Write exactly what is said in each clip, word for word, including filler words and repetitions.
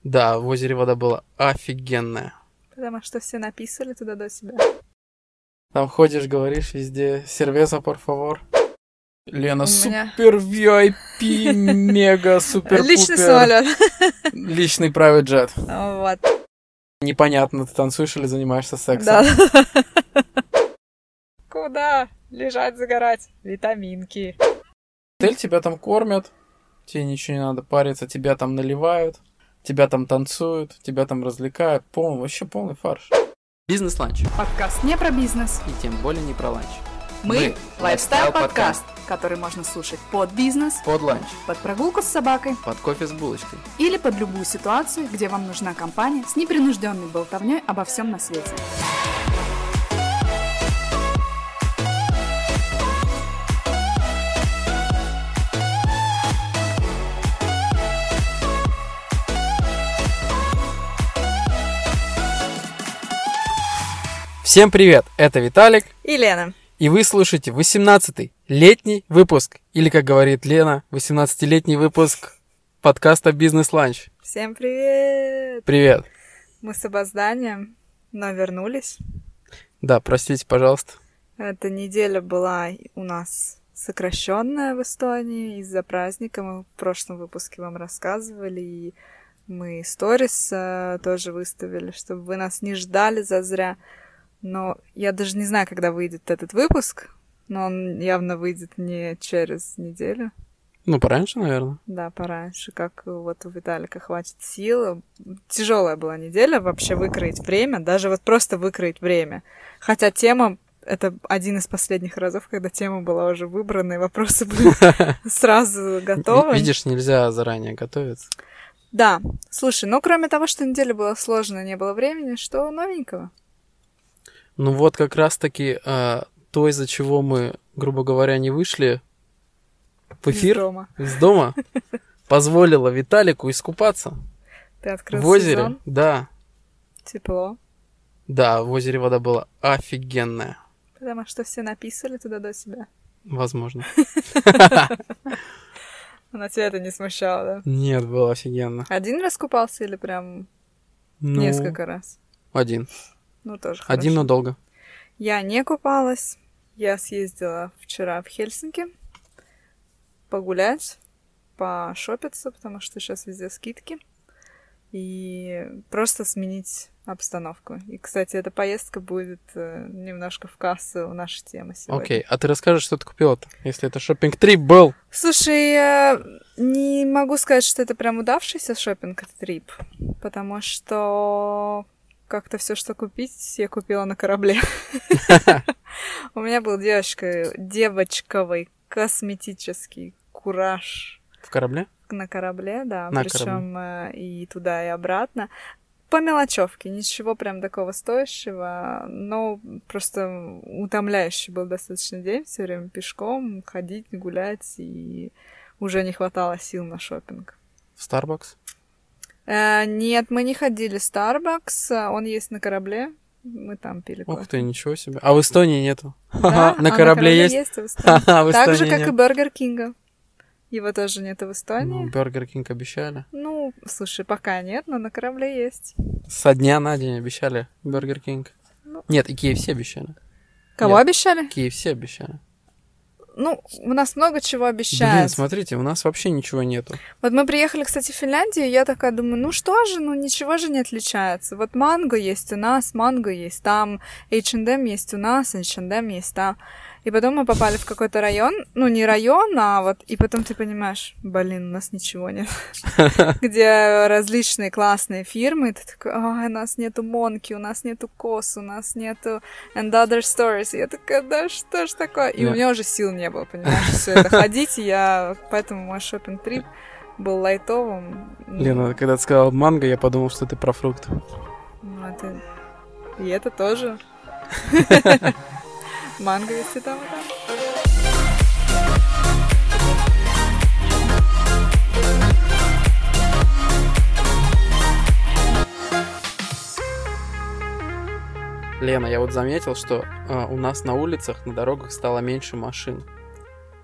Да, в озере вода была офигенная. Потому что все написали туда до себя. Там ходишь, говоришь везде «Сервеза, por favor». Лена, У меня- супер ви ай пи, мега, супер Личный самолет. Личный private jet. Вот. Непонятно, ты танцуешь или занимаешься сексом. Да. Куда? Лежать, загорать. Витаминки. Отель тебя там кормят, тебе ничего не надо париться, тебя там наливают, тебя там танцуют, тебя там развлекают. Полный, вообще полный фарш. Бизнес-ланч. Подкаст не про бизнес. И тем более не про ланч. Мы – лайфстайл-подкаст, который можно слушать под бизнес, Под ланч, под прогулку с собакой под кофе с булочкой. или под любую ситуацию, где вам нужна компания с непринужденной болтовней обо всем на свете. Всем привет, это Виталик, И Лена. и вы слушаете восемнадцатый летний выпуск, или, как говорит Лена, восемнадцатилетний выпуск подкаста «Бизнес-ланч». Всем привет! Привет. Мы с опозданием, но вернулись. Да, простите, пожалуйста. Эта неделя была у нас сокращенная в Эстонии из-за праздника. Мы в прошлом выпуске вам рассказывали, и мы сторис э, тоже выставили, чтобы вы нас не ждали зазря. Но я даже не знаю, когда выйдет этот выпуск, но он явно выйдет не через неделю. Ну, пораньше, наверное. Да, пораньше, как вот у Виталика хватит сил. Тяжелая была неделя вообще выкроить время, даже вот просто выкроить время. Хотя тема, это один из последних разов, когда тема была уже выбрана, и вопросы были сразу готовы. Видишь, нельзя заранее готовиться. Да, слушай, ну кроме того, что неделя была сложная, не было времени, что новенького? Ну вот как раз-таки а, то, из-за чего мы, грубо говоря, не вышли в эфир Из дома. из дома, позволило Виталику искупаться Ты открыл в озере. сезон, Да, тепло, да, в озере вода была офигенная, потому что все написали туда до себя. возможно. Но тебя это не смущало, да? Нет, было офигенно. Один раз купался или прям Ну, несколько раз? Один. Ну, тоже Один, хорошо. но долго. Я не купалась. Я съездила вчера в Хельсинки погулять, пошопиться, потому что сейчас везде скидки. И просто сменить обстановку. И, кстати, эта поездка будет э, немножко в кассу нашей темы сегодня. Окей, а ты расскажешь, что ты купила-то, если это шоппинг-трип был? Слушай, я не могу сказать, что это прям удавшийся шоппинг-трип, потому что как-то все, что купить, я купила на корабле. У меня был девочка, девочковый косметический кураж В корабле? на корабле, да, На причем и туда, и обратно. По мелочевке, ничего прям такого стоящего, но просто утомляющий был достаточно день, все время пешком ходить, гулять, и уже не хватало сил на шопинг. В Starbucks? Э, нет, мы не ходили в Starbucks, он есть на корабле, мы там пили кофе. Ух ты, ничего себе. А в Эстонии нету? Да, На а корабле есть? и в Эстонии. Ха-ха, в Так же, Эстонии как и нет. Бургер Кинга. Его тоже нет в Ну, Эстонии. Burger King обещали. Ну, слушай, пока нет, но на корабле есть. Со дня на день обещали Burger King. Ну. Нет, и кей эф си обещали. Кого Нет. обещали? кей эф си обещали. Ну, у нас много чего Блин, обещают. смотрите, у нас вообще ничего нету. Вот мы приехали, кстати, в Финляндию, и я такая думаю, ну что же, ну ничего же не отличается. Вот манго есть у нас, манго есть там, эйч энд эм есть у нас, эйч энд эм есть там. И потом мы попали в какой-то район, ну не район, а вот, и потом ты понимаешь, блин, у нас ничего нет. Где различные классные фирмы, и ты такой, ой, у нас нету Монки, у нас нету Кос, у нас нету And Other Stories. И я такая, да что ж такое? И у меня уже сил не было, понимаешь, все это ходить, и я, поэтому мой шоппинг-трип был лайтовым. Лена, когда ты сказала манго, я подумал, что ты про фрукты. Ну, это... И это тоже. Манго есть и там, и там. Лена, я вот заметил, что а, у нас на улицах, на дорогах стало меньше машин.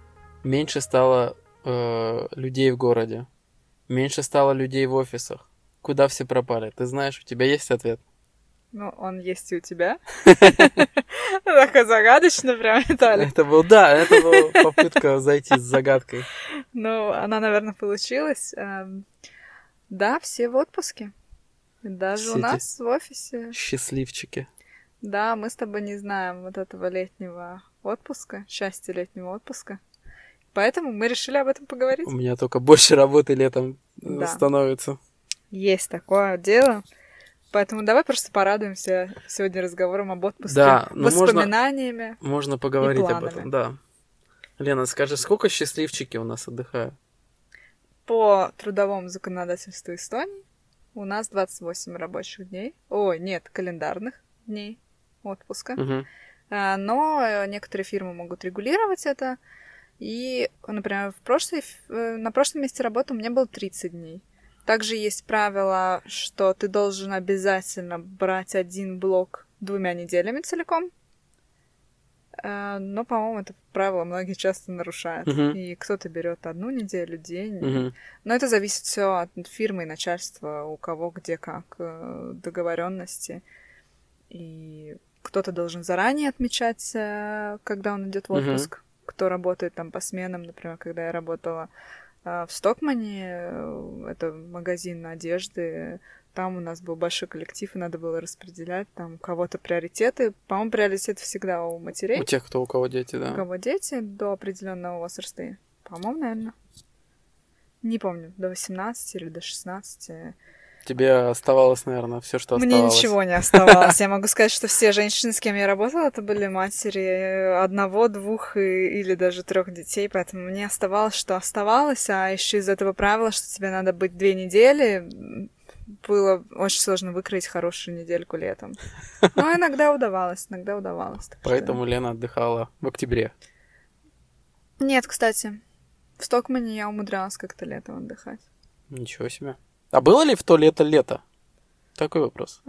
Меньше стало э, людей в городе. Меньше стало людей в офисах. Куда все пропали? Ты знаешь, у тебя есть ответ? Ну, он есть и у тебя. Так загадочно прям, Виталий. Это был, да, это была попытка зайти с загадкой. Ну, она, наверное, получилась. Да, все в отпуске. Даже у нас в офисе. Счастливчики. Да, мы с тобой не знаем вот этого летнего отпуска, счастья летнего отпуска. Поэтому мы решили об этом поговорить. У меня только больше работы летом Да. становится. Есть такое дело. Поэтому давай просто порадуемся сегодня разговором об отпуске. Да, ну воспоминаниями. Можно, можно поговорить и об этом, да. Лена, скажи, сколько счастливчики у нас отдыхают? По трудовому законодательству Эстонии у нас двадцать восемь рабочих дней. Ой, нет, календарных дней отпуска. Угу. Но некоторые фирмы могут регулировать это. И, например, в прошлой, на прошлом месте работы у меня было тридцать дней. Также есть правило, что ты должен обязательно брать один блок двумя неделями целиком. Но, по-моему, это правило многие часто нарушают. Uh-huh. И кто-то берет одну неделю, день. Uh-huh. Но это зависит все от фирмы и начальства, у кого где как договоренности. И кто-то должен заранее отмечать, когда он идет в отпуск. Uh-huh. Кто работает там по сменам, например, когда я работала в Стокмане, это магазин одежды, там у нас был большой коллектив, и надо было распределять там у кого-то приоритеты. По-моему, приоритет всегда у матерей. У тех, кто у кого дети, да. У кого дети до определенного возраста. По-моему, наверное. Не помню, до восемнадцати или до шестнадцати. Тебе оставалось, наверное, все, что оставалось. Мне ничего не оставалось. Я могу сказать, что все женщины, с кем я работала, это были матери одного, двух или даже трех детей, поэтому мне оставалось, что оставалось, а еще из этого правила, что тебе надо быть две недели, было очень сложно выкроить хорошую недельку летом. Но иногда удавалось, иногда удавалось. Поэтому что... Лена отдыхала в октябре. Нет, кстати, в Стокмане я умудрялась как-то летом отдыхать. Ничего себе. А было ли в то лето лето? Такой вопрос.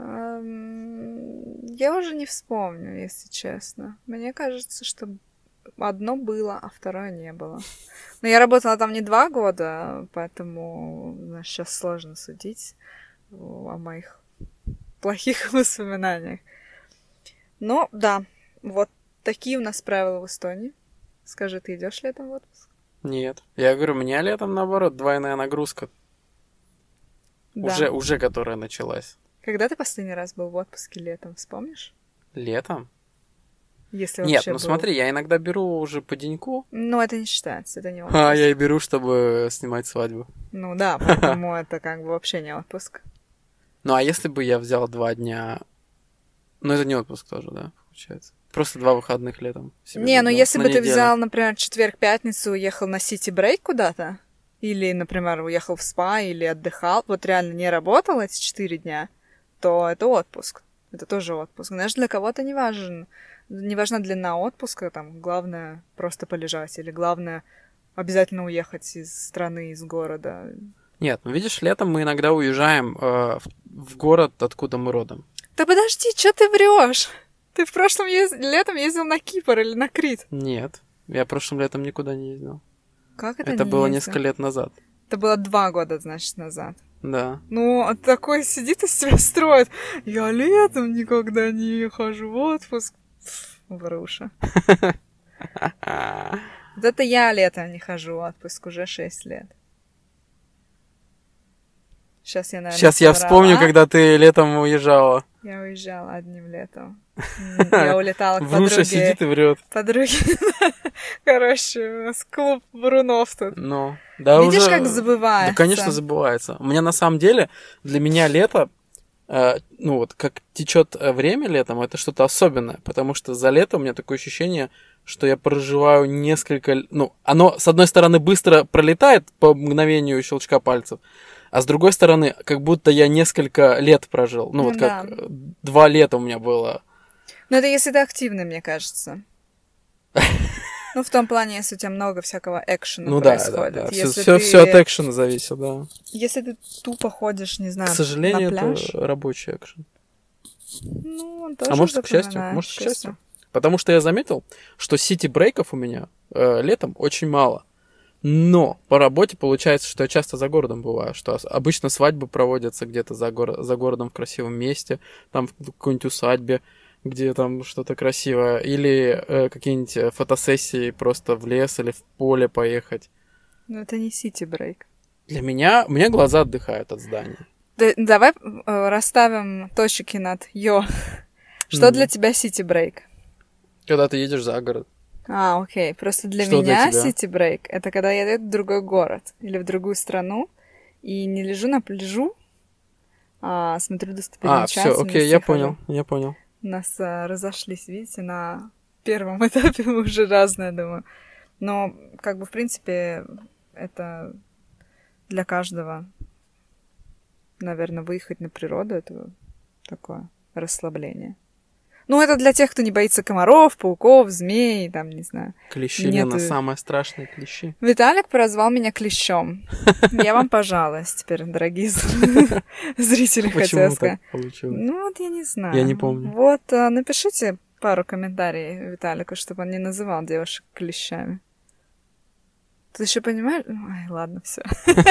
Я уже не вспомню, если честно. Мне кажется, что одно было, а второе не было. Но я работала там не два года, поэтому, знаешь, сейчас сложно судить о моих плохих воспоминаниях. Но да, вот такие у нас правила в Эстонии. Скажи, ты идешь летом в отпуск? Нет. Я говорю, у меня летом, наоборот, двойная нагрузка. Да. Уже, уже которая началась. Когда ты последний раз был в отпуске летом, вспомнишь? Летом? Если Нет, ну был. Смотри, я иногда беру уже по деньку. Ну, это не считается, это не отпуск. А, я и беру, чтобы снимать свадьбу. Ну да, поэтому это как бы вообще не отпуск. Ну, а если бы я взял два дня... Ну, это не отпуск тоже, да, получается? Просто два выходных летом. Не, ну если бы ты взял, например, четверг-пятницу, уехал на сити-брейк куда-то, или, например, уехал в спа, или отдыхал, вот реально не работал эти четыре дня, то это отпуск. Это тоже отпуск. Знаешь, для кого-то не важен, не важна длина отпуска, там, главное просто полежать, или главное обязательно уехать из страны, из города. Нет, ну видишь, летом мы иногда уезжаем э, в, в город, откуда мы родом. Да подожди, что ты врешь? Ты в прошлом ез... летом ездил на Кипр или на Крит? Нет, я прошлым летом никуда не ездил. Как это Это не было ездил? несколько лет назад. Это было два года, значит, назад. Да. Ну, а такой сидит из себя строит. Я летом никогда не хожу в отпуск. Вруша. Вот это я летом не хожу в отпуск уже шесть лет. Сейчас я, наверное, Сейчас я вспомню, когда ты летом уезжала. Я уезжала одним летом. Я улетала к подруге. Вруша сидит и врет. Подруги. Короче, у нас клуб Брунов тут. Ну, да. Видишь, уже... как забывается? Да, конечно, забывается. У меня на самом деле, для меня лето, э, ну вот, как течет время летом, это что-то особенное, потому что за лето у меня такое ощущение, что я проживаю несколько... Ну, оно, с одной стороны, быстро пролетает по мгновению щелчка пальцев, а с другой стороны, как будто я несколько лет прожил. Ну, ну вот да. Как два лета у меня было. Ну, это если ты активный, мне кажется. Ну, в том плане, если у тебя много всякого экшена ну, происходит. Да, да, да. Если все, ты... все от экшена зависит, да. Если ты тупо ходишь, не знаю, к сожалению, на пляж... это рабочий экшен. Ну, он тоже а может, к счастью, может, к счастью. Потому что я заметил, что сити-брейков у меня э, летом очень мало. Но по работе получается, что я часто за городом бываю, что ос- обычно свадьбы проводятся где-то за, горо- за городом в красивом месте, там в какой-нибудь усадьбе, где там что-то красивое, или э, какие-нибудь э, фотосессии просто в лес или в поле поехать. Ну, это не сити-брейк. Для меня, у меня глаза отдыхают от зданий. Да- давай э, расставим точки над «ё». Что Мгм. для тебя сити-брейк? Когда ты едешь за город. А, окей. Просто для Что для меня тебя? сити-брейк — это когда я еду в другой город или в другую страну и не лежу на пляжу, а смотрю А, все, достопримечательности. окей, я хожу. понял, я понял. У нас а, разошлись, видите, на первом этапе мы уже разные, думаю. Но, как бы, в принципе, это для каждого, наверное, выехать на природу — это такое расслабление. Ну, это для тех, кто не боится комаров, пауков, змей, там, не знаю. Клещи, Нету- Лена, самые страшные клещи. Виталик прозвал меня клещом. Я вам пожалуюсь теперь, дорогие з- зрители, хотела Почему сказать. так получилось? Ну, вот я не знаю. Я не помню. Вот, а, напишите пару комментариев Виталику, чтобы он не называл девушек клещами. Ты еще понимаешь? Ай, ладно, все.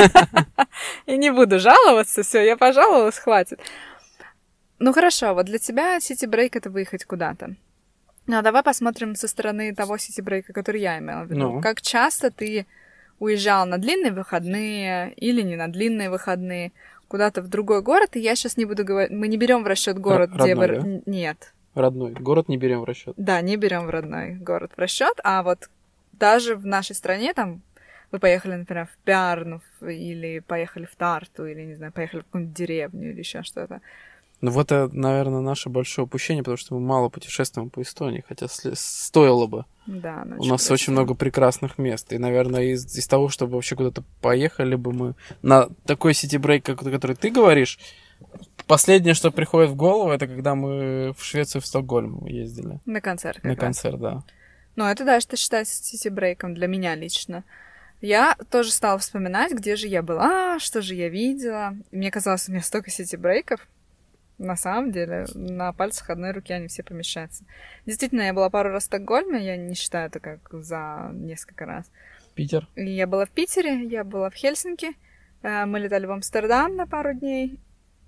Я не буду жаловаться, все, я пожаловалась, хватит. Ну хорошо, вот для тебя сити-брейк — это выехать куда-то. Ну, а давай посмотрим со стороны того сити-брейка, который я имела в виду. Ну. Как часто ты уезжал на длинные выходные или не на длинные выходные куда-то в другой город, и я сейчас не буду говорить... Мы не берем в расчет город, Р- где вы... родной, да? Н- Нет. Родной. Город не берем в расчет. Да, не берем в родной город в расчет, а вот даже в нашей стране, там, вы поехали, например, в Пярну или поехали в Тарту, или, не знаю, поехали в какую-нибудь деревню или еще что-то. Ну вот это, наверное, наше большое упущение, потому что мы мало путешествуем по Эстонии, хотя сли- стоило бы. Да, ну, У нас очень красиво. много прекрасных мест. И, наверное, из, из того, чтобы вообще куда-то поехали бы мы на такой сити-брейк, как, который ты говоришь, последнее, что приходит в голову, это когда мы в Швецию, в Стокгольм ездили. На концерт. как На раз. концерт, да. Ну, это, да, что считается сити-брейком для меня лично. Я тоже стала вспоминать, где же я была, что же я видела. И мне казалось, у меня столько сити-брейков. На самом деле, на пальцах одной руки они все помещаются. Действительно, я была пару раз в Стокгольме, я не считаю это как за несколько раз. Питер. И я была в Питере, я была в Хельсинки, э, мы летали в Амстердам на пару дней,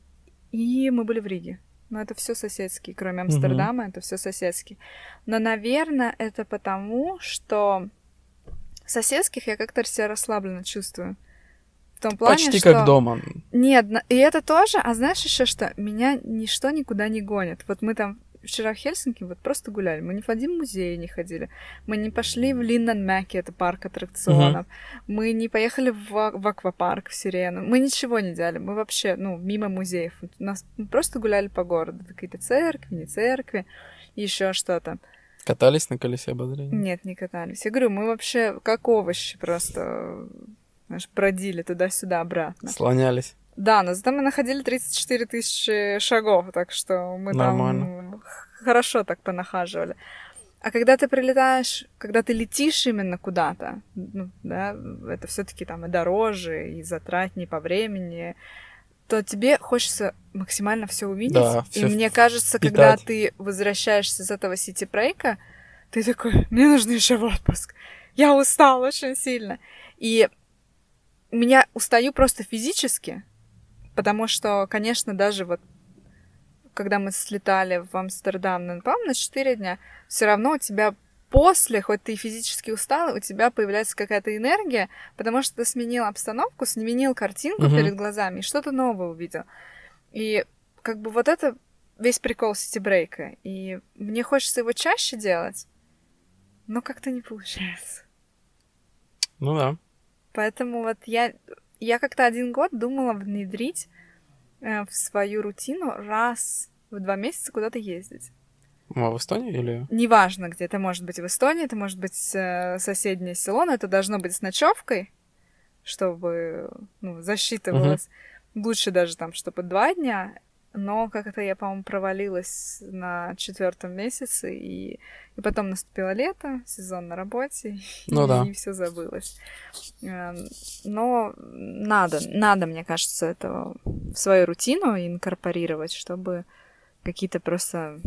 и мы были в Риге. Но это все соседские, кроме Амстердама, это все соседские. Но, наверное, это потому, что соседских я как-то себя расслабленно чувствую. В том плане, Почти что... как дома. Нет, на- и это тоже, а знаешь еще что? Меня ничто никуда не гонит. Вот мы там вчера в Хельсинки вот просто гуляли. Мы ни в один музей не ходили. Мы не пошли в Линненmäki, это парк аттракционов. Мы не поехали в, а- в аквапарк в Сирену. Мы ничего не делали. Мы вообще, ну, мимо музеев. У нас мы просто гуляли по городу. Какие-то церкви, не церкви, еще что-то. Катались на колесе обозрения. Нет, не катались. Я говорю, мы вообще как овощи просто, знаешь, бродили туда-сюда, обратно. Слонялись. Да, но зато мы находили тридцать четыре тысячи шагов, так что мы Нормально. там хорошо так понахаживали. А когда ты прилетаешь, когда ты летишь именно куда-то, ну, да, это все-таки там и дороже, и затратнее по времени, то тебе хочется максимально все увидеть. Да, и всё мне кажется, впитать. когда ты возвращаешься из этого сити-брейка, ты такой, мне нужно еще в отпуск. Я устал очень сильно. И меня устаю просто физически, потому что, конечно, даже вот когда мы слетали в Амстердам, ну, по-моему, на четыре дня, все равно у тебя после, хоть ты и физически устал, у тебя появляется какая-то энергия, потому что ты сменил обстановку, сменил картинку Мгм. перед глазами и что-то новое увидел. И как бы вот это весь прикол сити-брейка. И мне хочется его чаще делать, но как-то не получается. Ну да. Поэтому вот я, я как-то один год думала внедрить э, в свою рутину раз в два месяца куда-то ездить. А в Эстонии или... Неважно, где. Это может быть в Эстонии, это может быть э, соседнее село, но это должно быть с ночевкой, чтобы ну, засчитывалось. Лучше даже там, чтобы два дня. Но как-то я, по-моему, провалилась на четвертом месяце, и, и потом наступило лето, сезон на работе, Ну и, да. и все забылось. Эм, Но надо, надо, мне кажется, это в свою рутину инкорпорировать, чтобы какие-то просто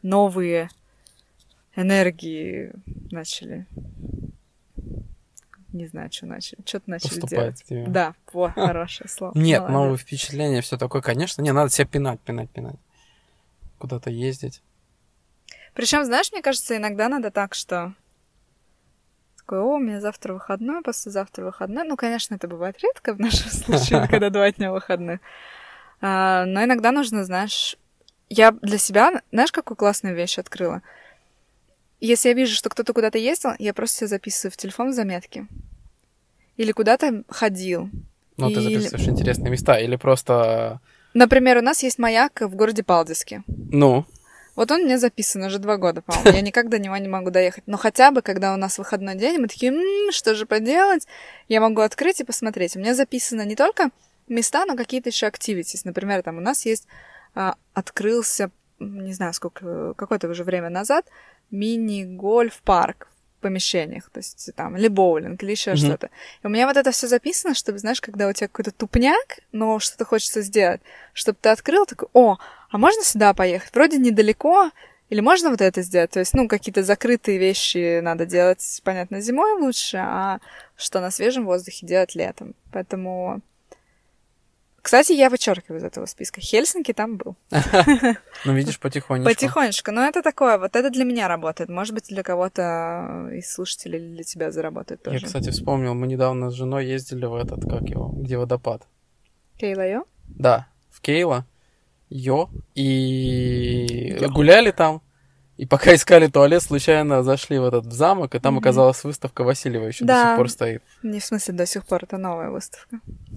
новые энергии начали не знаю, что начали, что-то начали Поступает делать. к тебе. Да, вот, хорошее слово. Нет, Молодец. новые впечатления, все такое, конечно. Не, надо себя пинать, пинать, пинать. Куда-то ездить. Причем, знаешь, мне кажется, иногда надо так, что такой, о, у меня завтра выходной, послезавтра выходной. Ну, конечно, это бывает редко в нашем случае, когда два дня выходных. А, но иногда нужно, знаешь... Я для себя, знаешь, какую классную вещь открыла? Если я вижу, что кто-то куда-то ездил, я просто себе записываю в телефон заметки. Или куда-то ходил. Ну, и... ты записываешь интересные места, или просто... Например, у нас есть маяк в городе Палдиске. Ну? Вот он у меня записан уже два года, по-моему. Я никак до него не могу доехать. Но хотя бы, когда у нас выходной день, мы такие, м-м, что же поделать? Я могу открыть и посмотреть. У меня записано не только места, но какие-то еще activities. Например, там у нас есть... А, открылся, не знаю, сколько, какое-то уже время назад, мини-гольф-парк в помещениях, то есть там или боулинг, или еще mm-hmm. что-то. И у меня вот это все записано, чтобы, знаешь, когда у тебя какой-то тупняк, но что-то хочется сделать, чтобы ты открыл, такой, о, а можно сюда поехать? Вроде недалеко, или можно вот это сделать? То есть, ну, какие-то закрытые вещи надо делать, понятно, зимой лучше, а что на свежем воздухе делать летом. Поэтому... Кстати, я вычеркиваю из этого списка. Хельсинки там был. Ну, видишь, потихонечку. Потихонечку. Но это такое, вот это для меня работает. Может быть, для кого-то из слушателей или для тебя заработает тоже. Я, кстати, вспомнил, мы недавно с женой ездили в этот, как его, где водопад. Кейла-Йо? Да, в Кейла, Йо, и Йо. Гуляли там. И пока искали туалет, случайно зашли в этот в замок, и там mm-hmm. оказалась выставка Васильева, еще да. до сих пор стоит. Не в смысле до сих пор, это новая выставка.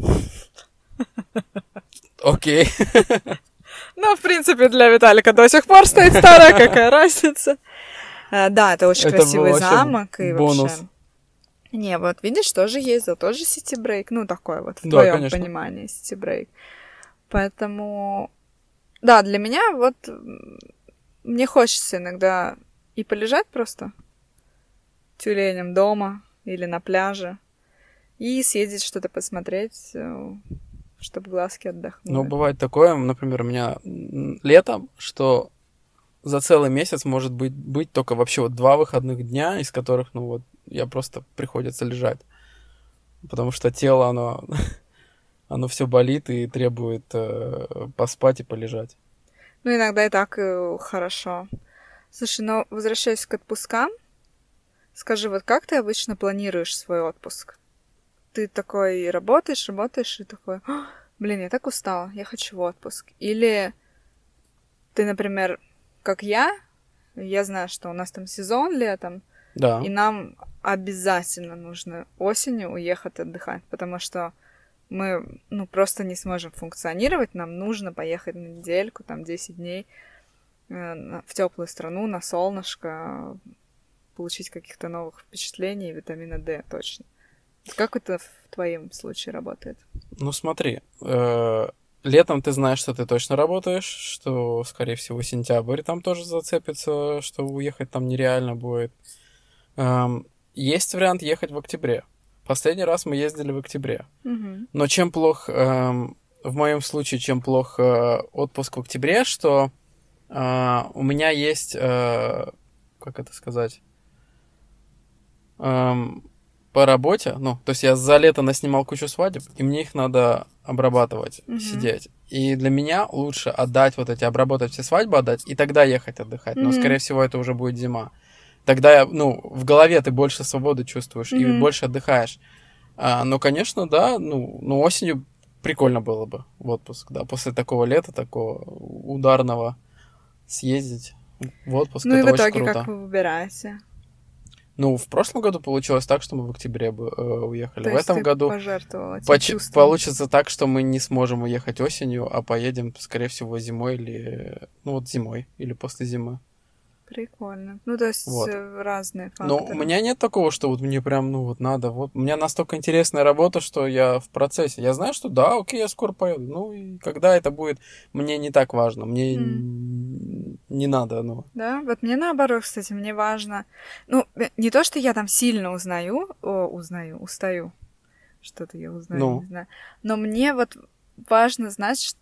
Окей. Ну, в принципе, для Виталика до сих пор стоит старая, какая разница. Да, это очень красивый замок. И бонус. Не, вот видишь, тоже ездил, тоже City Break, ну, такой вот, в твоем понимании City Break. Поэтому, да, для меня вот, мне хочется иногда и полежать просто тюленем дома или на пляже, и съездить что-то посмотреть, чтобы глазки отдохнули. Ну, бывает такое, например, у меня летом, что за целый месяц может быть, быть только вообще вот два выходных дня, из которых, ну вот, я просто приходится лежать. Потому что тело, оно, оно все болит и требует э, поспать и полежать. Ну, иногда и так и хорошо. Слушай, ну, возвращаясь к отпускам, скажи, вот как ты обычно планируешь свой отпуск? Ты такой работаешь, работаешь, и такой, блин, я так устала, я хочу в отпуск. Или ты, например, как я, я знаю, что у нас там сезон летом, да. и нам обязательно нужно осенью уехать отдыхать, потому что мы, ну, просто не сможем функционировать, нам нужно поехать на недельку, там, десять дней э, в теплую страну, на солнышко, получить каких-то новых впечатлений, витамина D точно. Как это в твоем случае работает? Ну, смотри, э, летом ты знаешь, что ты точно работаешь, что, скорее всего, сентябрь там тоже зацепится, что уехать там нереально будет. Эм, есть вариант ехать в октябре. Последний раз мы ездили в октябре. Угу. Но чем плох, эм, в моем случае, чем плох э, отпуск в октябре, что э, у меня есть, э, как это сказать, эм, по работе, ну, то есть я за лето наснимал кучу свадеб, и мне их надо обрабатывать, mm-hmm. сидеть. И для меня лучше отдать вот эти, обработать все свадьбы, отдать, и тогда ехать отдыхать. Mm-hmm. Но, скорее всего, это уже будет зима. Тогда, я, ну, в голове ты больше свободы чувствуешь mm-hmm. и больше отдыхаешь. А, но, конечно, да, ну, ну, осенью прикольно было бы в отпуск, да, после такого лета, такого ударного съездить в отпуск. Ну, это и в итоге очень круто. как вы выбираете? Ну, в прошлом году получилось так, что мы в октябре бы э, уехали. То в есть этом ты году пожертвовала этим поч- чувством. получится так, что мы не сможем уехать осенью, а поедем, скорее всего, зимой или... Ну, вот зимой или после зимы. Прикольно. Ну, то есть вот. Разные факторы. Но у меня нет такого, что вот мне прям, ну, вот надо. Вот у меня настолько интересная работа, что я в процессе. Я знаю, что да, окей, я скоро поеду. Ну, и когда это будет, мне не так важно. Мне mm. не надо, ну. Да, вот мне наоборот, кстати, мне важно... Ну, не то, что я там сильно узнаю, о, узнаю, устаю. Что-то я узнаю, ну. не знаю. Но мне вот важно знать,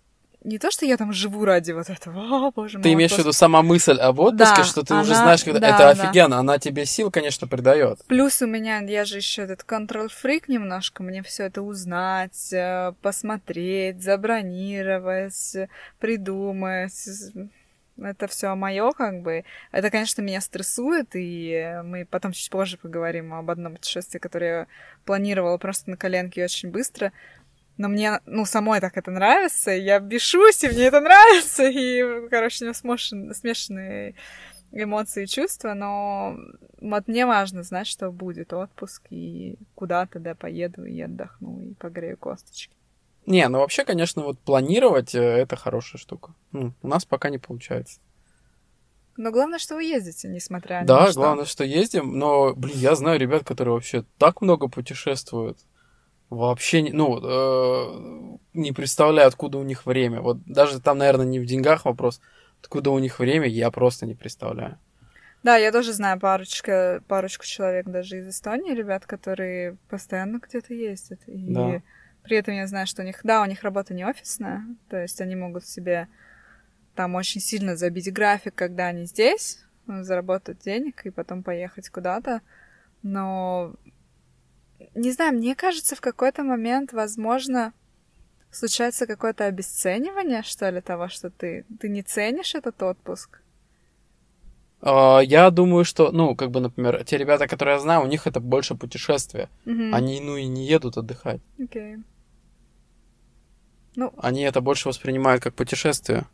не то, что я там живу ради вот этого, о, боже мой. Ты имеешь в виду сама мысль об отпуске, Да, что ты она- уже знаешь, когда да, это да. офигенно, она тебе сил, конечно, придает. Плюс у меня, я же еще этот контроль-фрик немножко, мне все это узнать, э, посмотреть, забронировать, э, придумать. Это все мое, как бы. Это, конечно, меня стрессует, и мы потом чуть позже поговорим об одном путешествии, которое я планировала просто на коленке очень быстро. Но мне, ну, самой так это нравится, и я бешусь, и мне это нравится, и, короче, у меня смешан- смешанные эмоции и чувства, но вот мне важно знать, что будет отпуск, и куда-то, да, поеду, и отдохну, и погрею косточки. Не, ну вообще, конечно, вот планировать э, это хорошая штука. Ну, у нас пока не получается. Но главное, что вы ездите, несмотря ни на Да, что. главное, что ездим, но, блин, я знаю ребят, которые вообще так много путешествуют. Вообще, не, ну, э, не представляю, откуда у них время. Вот даже там, наверное, не в деньгах вопрос, откуда у них время, я просто не представляю. Да, я тоже знаю парочка, парочку человек даже из Эстонии, ребят, которые постоянно где-то ездят. И Да. при этом я знаю, что у них, да, у них работа не офисная, то есть они могут себе там очень сильно забить график, когда они здесь, заработать денег и потом поехать куда-то. Но, не знаю, мне кажется, в какой-то момент, возможно, случается какое-то обесценивание, что ли, того, что ты, ты не ценишь этот отпуск. А, я думаю, что, ну, как бы, например, те ребята, которые я знаю, у них это больше путешествия. Мгм. Они, ну, и не едут отдыхать. Окей. Ну, Они это больше воспринимают как путешествие.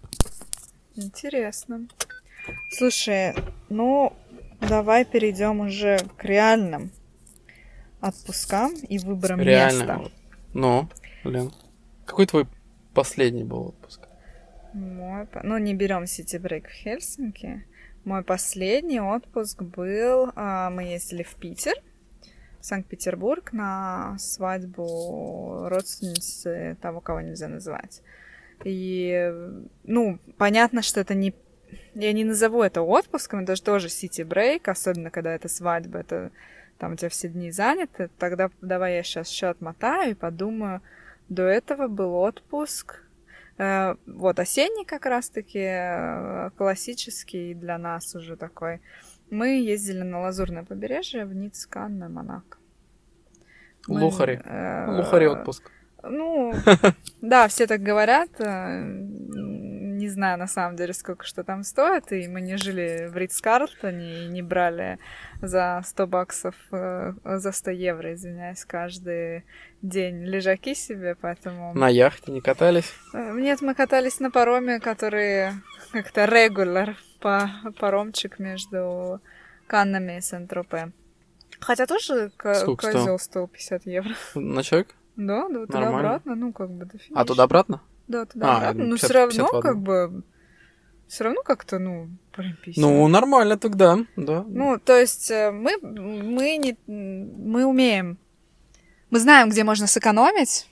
интересно. Слушай, ну, давай перейдем уже к реальным отпускам и выборам Реально. места. Ну, блин. Какой твой последний был отпуск? Мой, по- ну, не берем сити-брейк в Хельсинки. Мой последний отпуск был, а, мы ездили в Питер, в Санкт-Петербург на свадьбу родственницы того, кого нельзя называть. И, ну, понятно, что это не... Я не назову это отпуском, это же тоже сити-брейк, особенно когда это свадьба, это там у тебя все дни заняты. Тогда давай я сейчас еще отмотаю и подумаю. До этого был отпуск, э, вот осенний как раз-таки, э, классический для нас уже такой. Мы ездили на Лазурное побережье в Ницце, Канны, Монако. Мы, Лухари. э, Лухари отпуск. Ну, да, все так говорят. э, Не знаю, на самом деле, сколько что там стоит. И мы не жили в Ритц-Карлтоне и не брали за сто баксов, э, за сто евро, извиняюсь, каждый день лежаки себе, поэтому... На яхте не катались? Э, Нет, мы катались на пароме, который как-то регуляр, по паромчик между Каннами и Сен-Тропе. Хотя тоже к- Сколько стоил? козел сто пятьдесят евро. На человек? Да, да, Нормально. туда-обратно, ну, как бы, до финиша. А туда-обратно? Да, А, туда-обратно. Ну, пятьдесят все равно, пятьдесят в одну. как бы, все равно как-то, ну, блин, пятьдесят. Ну, нормально тогда, да. Ну, то есть э, мы, мы, не, мы умеем, мы знаем, где можно сэкономить,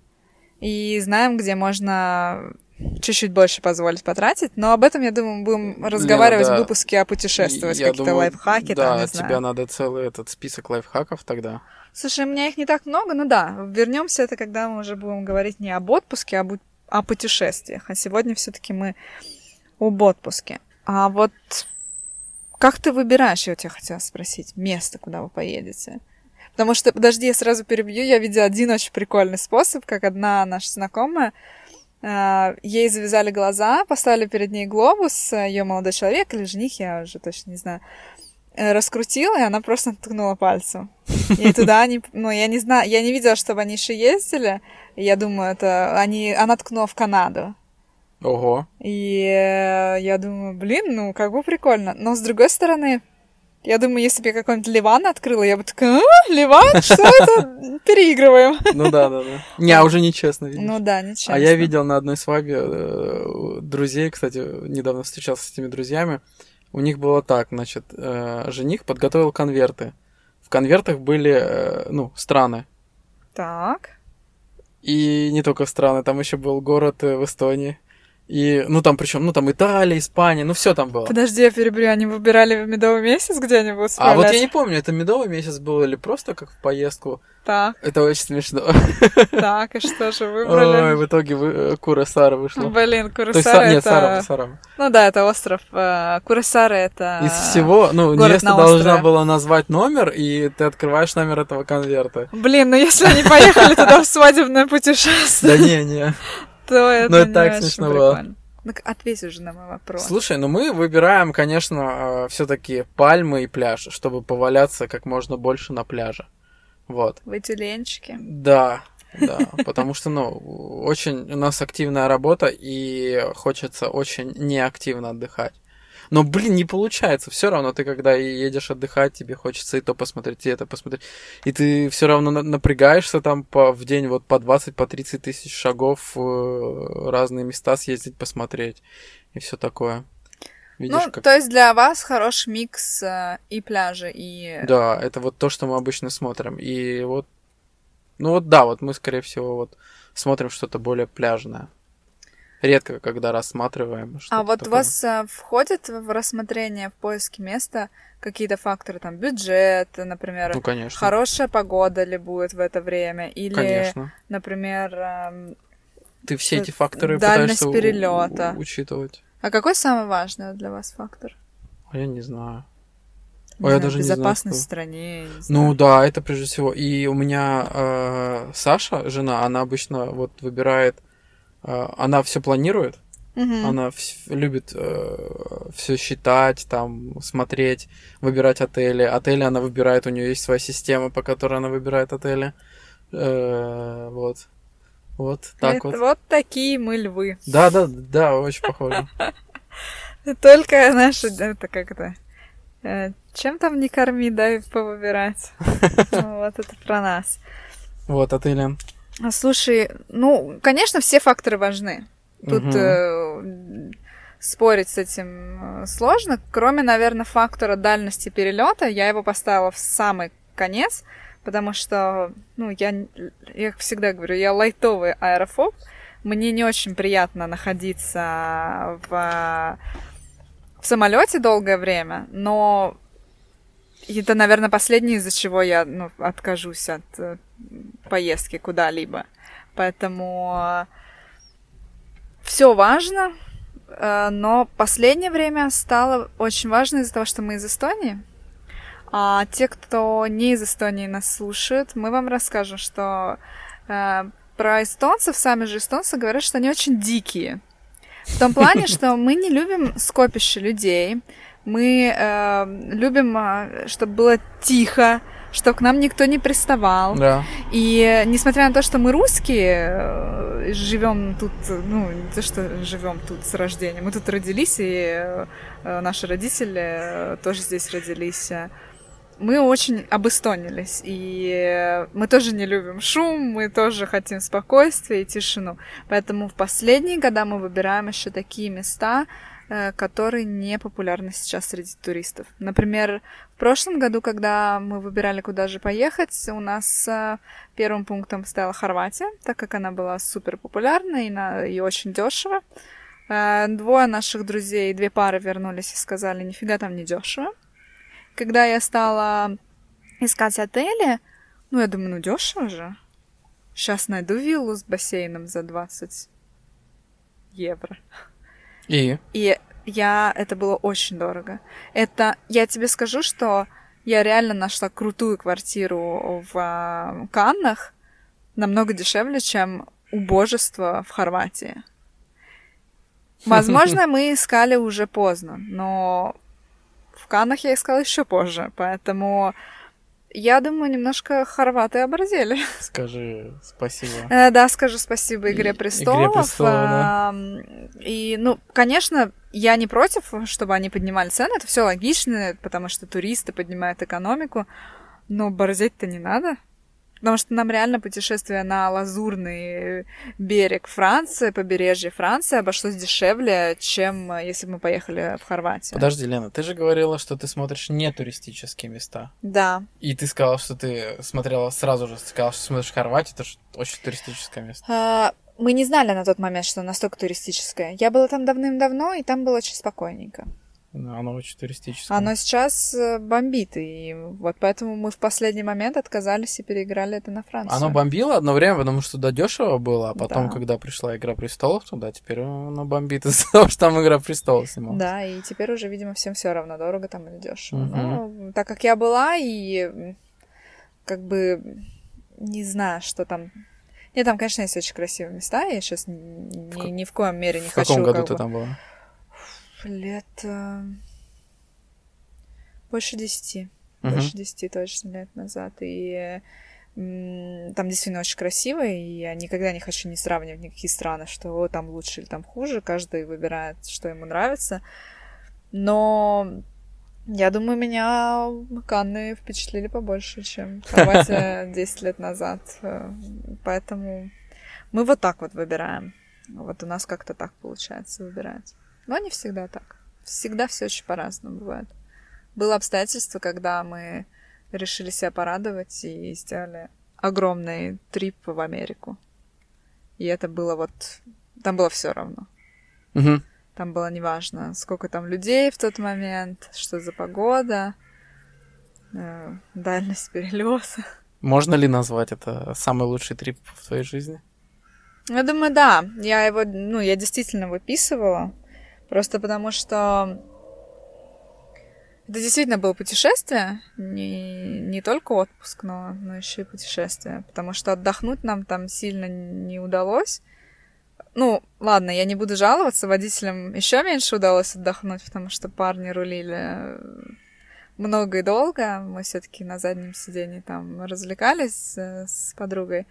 и знаем, где можно чуть-чуть больше позволить потратить, но об этом, я думаю, мы будем разговаривать да. в выпуске о путешествиях, Я какие-то думаю, лайфхаки, да, там, не тебе знаю. надо целый этот список лайфхаков тогда. Слушай, у меня их не так много, ну да, вернемся это, когда мы уже будем говорить не об отпуске, а об- о путешествиях. А сегодня все-таки мы об отпуске. А вот как ты выбираешь, я у тебя хотела спросить, место, куда вы поедете? Потому что, подожди, я сразу перебью, я видела один очень прикольный способ, как одна наша знакомая, э, ей завязали глаза, поставили перед ней глобус, ее молодой человек или жених, я уже точно не знаю, э, раскрутила, и она просто ткнула пальцем. И туда они, ну, я не знаю, я не видела, чтобы они еще ездили, и я думаю, это они, она ткнула в Канаду. Ого. И э, я думаю, блин, ну, как бы прикольно. Но, с другой стороны, я думаю, если бы я какой-нибудь Ливан открыла, я бы такая, а, Ливан, что это? Переигрываем. Ну да, да, да. Не, а уже нечестно, видишь. Ну да, нечестно. А я видел на одной свадьбе э, друзей, кстати, недавно встречался с этими друзьями. У них было так, значит, э, жених подготовил конверты. В конвертах были, э, ну, страны. Так. И не только страны, там еще был город э, в Эстонии. И, ну, там причем, ну, там Италия, Испания, ну, все там было. Подожди, я перебью, они выбирали в медовый месяц, где они будут А справляться? вот я не помню, это медовый месяц был или просто как в поездку. Так. Это очень смешно. Так, и что же выбрали? Ой, в итоге вы... Курасара вышла. Блин, То есть, Курасара Са- нет, это... Сарама, Сарама. Ну да, это остров. э, Курасара это... Из всего, ну, город невеста на должна острове. была назвать номер, и ты открываешь номер этого конверта. Блин, ну если они поехали туда в свадебное путешествие, Да не, не. то это Ну, это не так очень смешно было. прикольно. Ну, ответь уже на мой вопрос. Слушай, ну мы выбираем, конечно, все-таки пальмы и пляж, чтобы поваляться как можно больше на пляже. Вот. Вы тюленчики. Да, да, потому что, ну, очень у нас активная работа, и хочется очень неактивно отдыхать. Но, блин, не получается. Все равно ты, когда едешь отдыхать, тебе хочется и то посмотреть, и это посмотреть. И ты все равно на- напрягаешься там по, в день вот по двадцать, по тридцать тысяч шагов в разные места съездить, посмотреть. И все такое. Видишь, Ну, как... то есть для вас хороший микс э, и пляжа, и... Да, это вот то, что мы обычно смотрим. И вот, ну вот да, вот мы, скорее всего, вот смотрим что-то более пляжное. Редко, когда рассматриваем что-то А вот такое. у вас э, входит в рассмотрение, в поиске места какие-то факторы, там, бюджет, например, Ну, конечно. хорошая погода ли будет в это время, или, Конечно. например, эм, Ты все т- эти факторы дальность пытаешься у- перелёта. у- учитывать. а какой самый важный для вас фактор? А я не знаю. Не Ой, я знаю, даже не знаю, безопасность что. в стране, я не Ну знаю. да, это прежде всего. И у меня э, Саша, жена, она обычно вот выбирает, э, она все планирует, Мгм. она вс- любит все считать, там смотреть, выбирать отели. Отели она выбирает, у нее есть своя система, по которой она выбирает отели. Э, вот, вот так Это вот. вот такие мы львы. Да, да, да, очень похоже. Только наши, это как это, э, чем там не корми, дай повыбирать. Ну, вот это про нас. Вот отели. А, Слушай, ну, конечно, все факторы важны. Тут Мгм. э, спорить с этим э, сложно, кроме, наверное, фактора дальности перелета. Я его поставила в самый конец, потому что, ну, я, н- я всегда говорю, я лайтовый аэрофоб. Мне не очень приятно находиться в, в самолете долгое время, но это, наверное, последнее, из-за чего я ну, откажусь от э, поездки куда-либо. Поэтому все важно, э, но последнее время стало очень важно из-за того, что мы из Эстонии. А те, кто не из Эстонии нас слушают, мы вам расскажем, что э, про эстонцев, сами же эстонцы говорят, что они очень дикие. В том плане, что мы не любим скопище людей, мы э, любим, э, чтобы было тихо, чтобы к нам никто не приставал. Да. И несмотря на то, что мы русские, живем тут, ну, не то, что живем тут с рождения, мы тут родились, и э, наши родители тоже здесь родились. Мы очень обэстонились, и мы тоже не любим шум, мы тоже хотим спокойствия и тишину. Поэтому в последние года мы выбираем еще такие места, которые не популярны сейчас среди туристов. Например, в прошлом году, когда мы выбирали, куда же поехать, у нас первым пунктом стояла Хорватия, так как она была супер популярна и, на... и очень дешево. Двое наших друзей, две пары вернулись и сказали, нифига там не дешево. Когда я стала искать отели, ну, я думаю, ну, дешево же. Сейчас найду виллу с бассейном за двадцать евро. И? И я... Это было очень дорого. Это... Я тебе скажу, что я реально нашла крутую квартиру в Каннах намного дешевле, чем убожество в Хорватии. Возможно, мы искали уже поздно, но в Каннах я искала еще позже, поэтому я думаю, немножко хорваты оборзели. Скажи спасибо. Э, да, скажу спасибо «Игре И- престолов». «Игре престолов», да. Ам, И, ну, конечно, я не против, чтобы они поднимали цены, это все логично, потому что туристы поднимают экономику, но борзеть-то не надо. Потому что нам реально путешествие на лазурный берег Франции, побережье Франции обошлось дешевле, чем если бы мы поехали в Хорватию. Подожди, Лена, ты же говорила, что ты смотришь не туристические места. Да. И ты сказала, что ты смотрела сразу же, сказала, что смотришь Хорватию, это же очень туристическое место. А, мы не знали на тот момент, что настолько туристическое. Я была там давным-давно, и там было очень спокойненько. Оно очень туристическое. Оно сейчас бомбит, и вот поэтому мы в последний момент отказались и переиграли это на Францию. Оно бомбило одно время, потому что туда дешево было, а потом, да. когда пришла «Игра престолов» туда, теперь оно бомбит из-за того, что там «Игра престолов» снималась. Да, и теперь уже, видимо, всем все равно, дорого там или дешево. Угу. Но так как я была, и как бы не знаю, что там... Нет, там, конечно, есть очень красивые места, я сейчас ни, в... ни в коем мере не в хочу... В каком году как ты бы... там была? Лет... Больше десяти. Uh-huh. Больше десяти точно лет назад. И м- там действительно очень красиво, и я никогда не хочу не сравнивать никакие страны, что о, там лучше или там хуже. Каждый выбирает, что ему нравится. Но я думаю, меня Канны впечатлили побольше, чем Хорватия десять лет назад. Поэтому мы вот так вот выбираем. Вот у нас как-то так получается выбирать. Но не всегда так. Всегда все очень по-разному бывает. Было обстоятельство, когда мы решили себя порадовать и сделали огромный трип в Америку. И это было вот... Там было все равно. Угу. Там было неважно, сколько там людей в тот момент, что за погода, э, дальность перелета. Можно ли назвать это самый лучший трип в твоей жизни? Я думаю, да. Я его, ну, я действительно выписывала. Просто потому что это действительно было путешествие. Не, не только отпуск, но, но еще и путешествие. Потому что отдохнуть нам там сильно не удалось. Ну, ладно, я не буду жаловаться. Водителям еще меньше удалось отдохнуть, потому что парни рулили много и долго. Мы все-таки на заднем сидении там развлекались с, с подругой.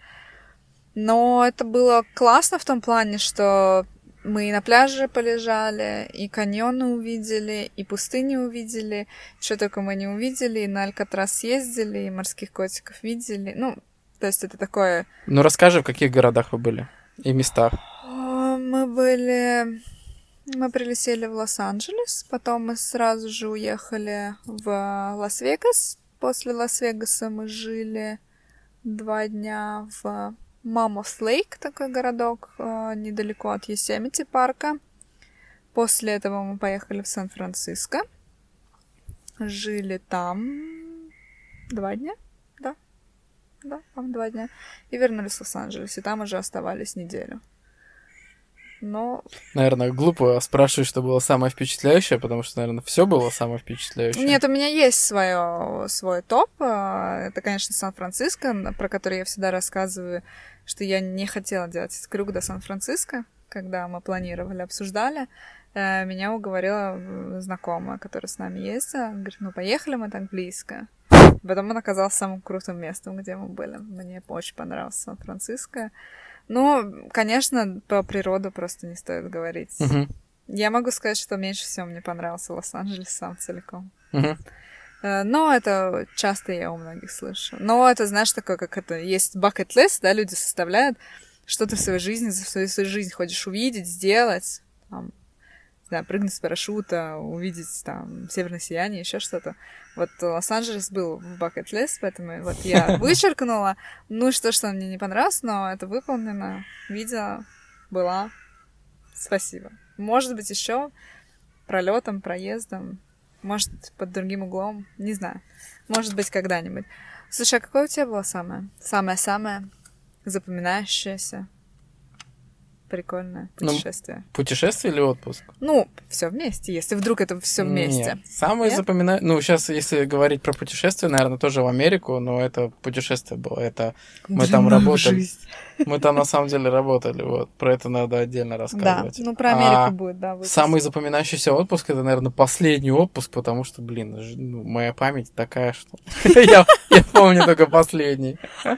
Но это было классно в том плане, что мы и на пляже полежали, и каньоны увидели, и пустыни увидели. Что только мы не увидели, и на Алькатрас съездили, и морских котиков видели. Ну, то есть это такое... Ну, расскажи, в каких городах вы были и местах. Мы были... Мы прилетели в Лос-Анджелес, потом мы сразу же уехали в Лас-Вегас. После Лас-Вегаса мы жили два дня в Маммос Лейк, такой городок, недалеко от Йосемити парка. После этого мы поехали в Сан-Франциско. Жили там два дня, да, да, там два дня. И вернулись в Лос-Анджелес, и там уже оставались неделю. Но... Наверное, глупо спрашивать, что было самое впечатляющее, потому что, наверное, все было самое впечатляющее. Нет, у меня есть своё, свой топ. Это, конечно, Сан-Франциско, про который я всегда рассказываю, что я не хотела делать этот крюк до Сан-Франциско, когда мы планировали, обсуждали. Меня уговорила знакомая, которая с нами ездила. Говорит, ну, поехали, мы так близко. Потом он оказался самым крутым местом, где мы были. Мне очень понравился Сан-Франциско. Ну, конечно, по природу просто не стоит говорить. Uh-huh. Я могу сказать, что меньше всего мне понравился Лос-Анджелес сам целиком. Uh-huh. Но это часто я у многих слышу. Но это, знаешь, такое, как это... Есть bucket-list, да, люди составляют, что ты в своей жизни, за свою, свою жизнь хочешь увидеть, сделать, там, не знаю, прыгнуть с парашюта, увидеть, там, северное сияние, еще что-то. Вот Лос-Анджелес был в bucket-list, поэтому вот я вычеркнула. Ну, что, что мне не понравилось, но это выполнено. Видела, была. Спасибо. Может быть, еще пролетом, проездом, может, под другим углом, не знаю. Может быть, когда-нибудь. Слушай, а какое у тебя было самое? Самое-самое запоминающееся, прикольное путешествие? Ну, путешествие или отпуск? Ну, все вместе, если вдруг это все вместе. Нет, самое запоминающее... Ну, сейчас, если говорить про путешествие, наверное, тоже в Америку, но это путешествие было. Это мы там работали. Мы там на самом деле работали, вот. Про это надо отдельно рассказывать. Да, ну про Америку а будет, да. Выпуск. Самый запоминающийся отпуск, это, наверное, последний отпуск, потому что, блин, ну, моя память такая, что я помню только последний.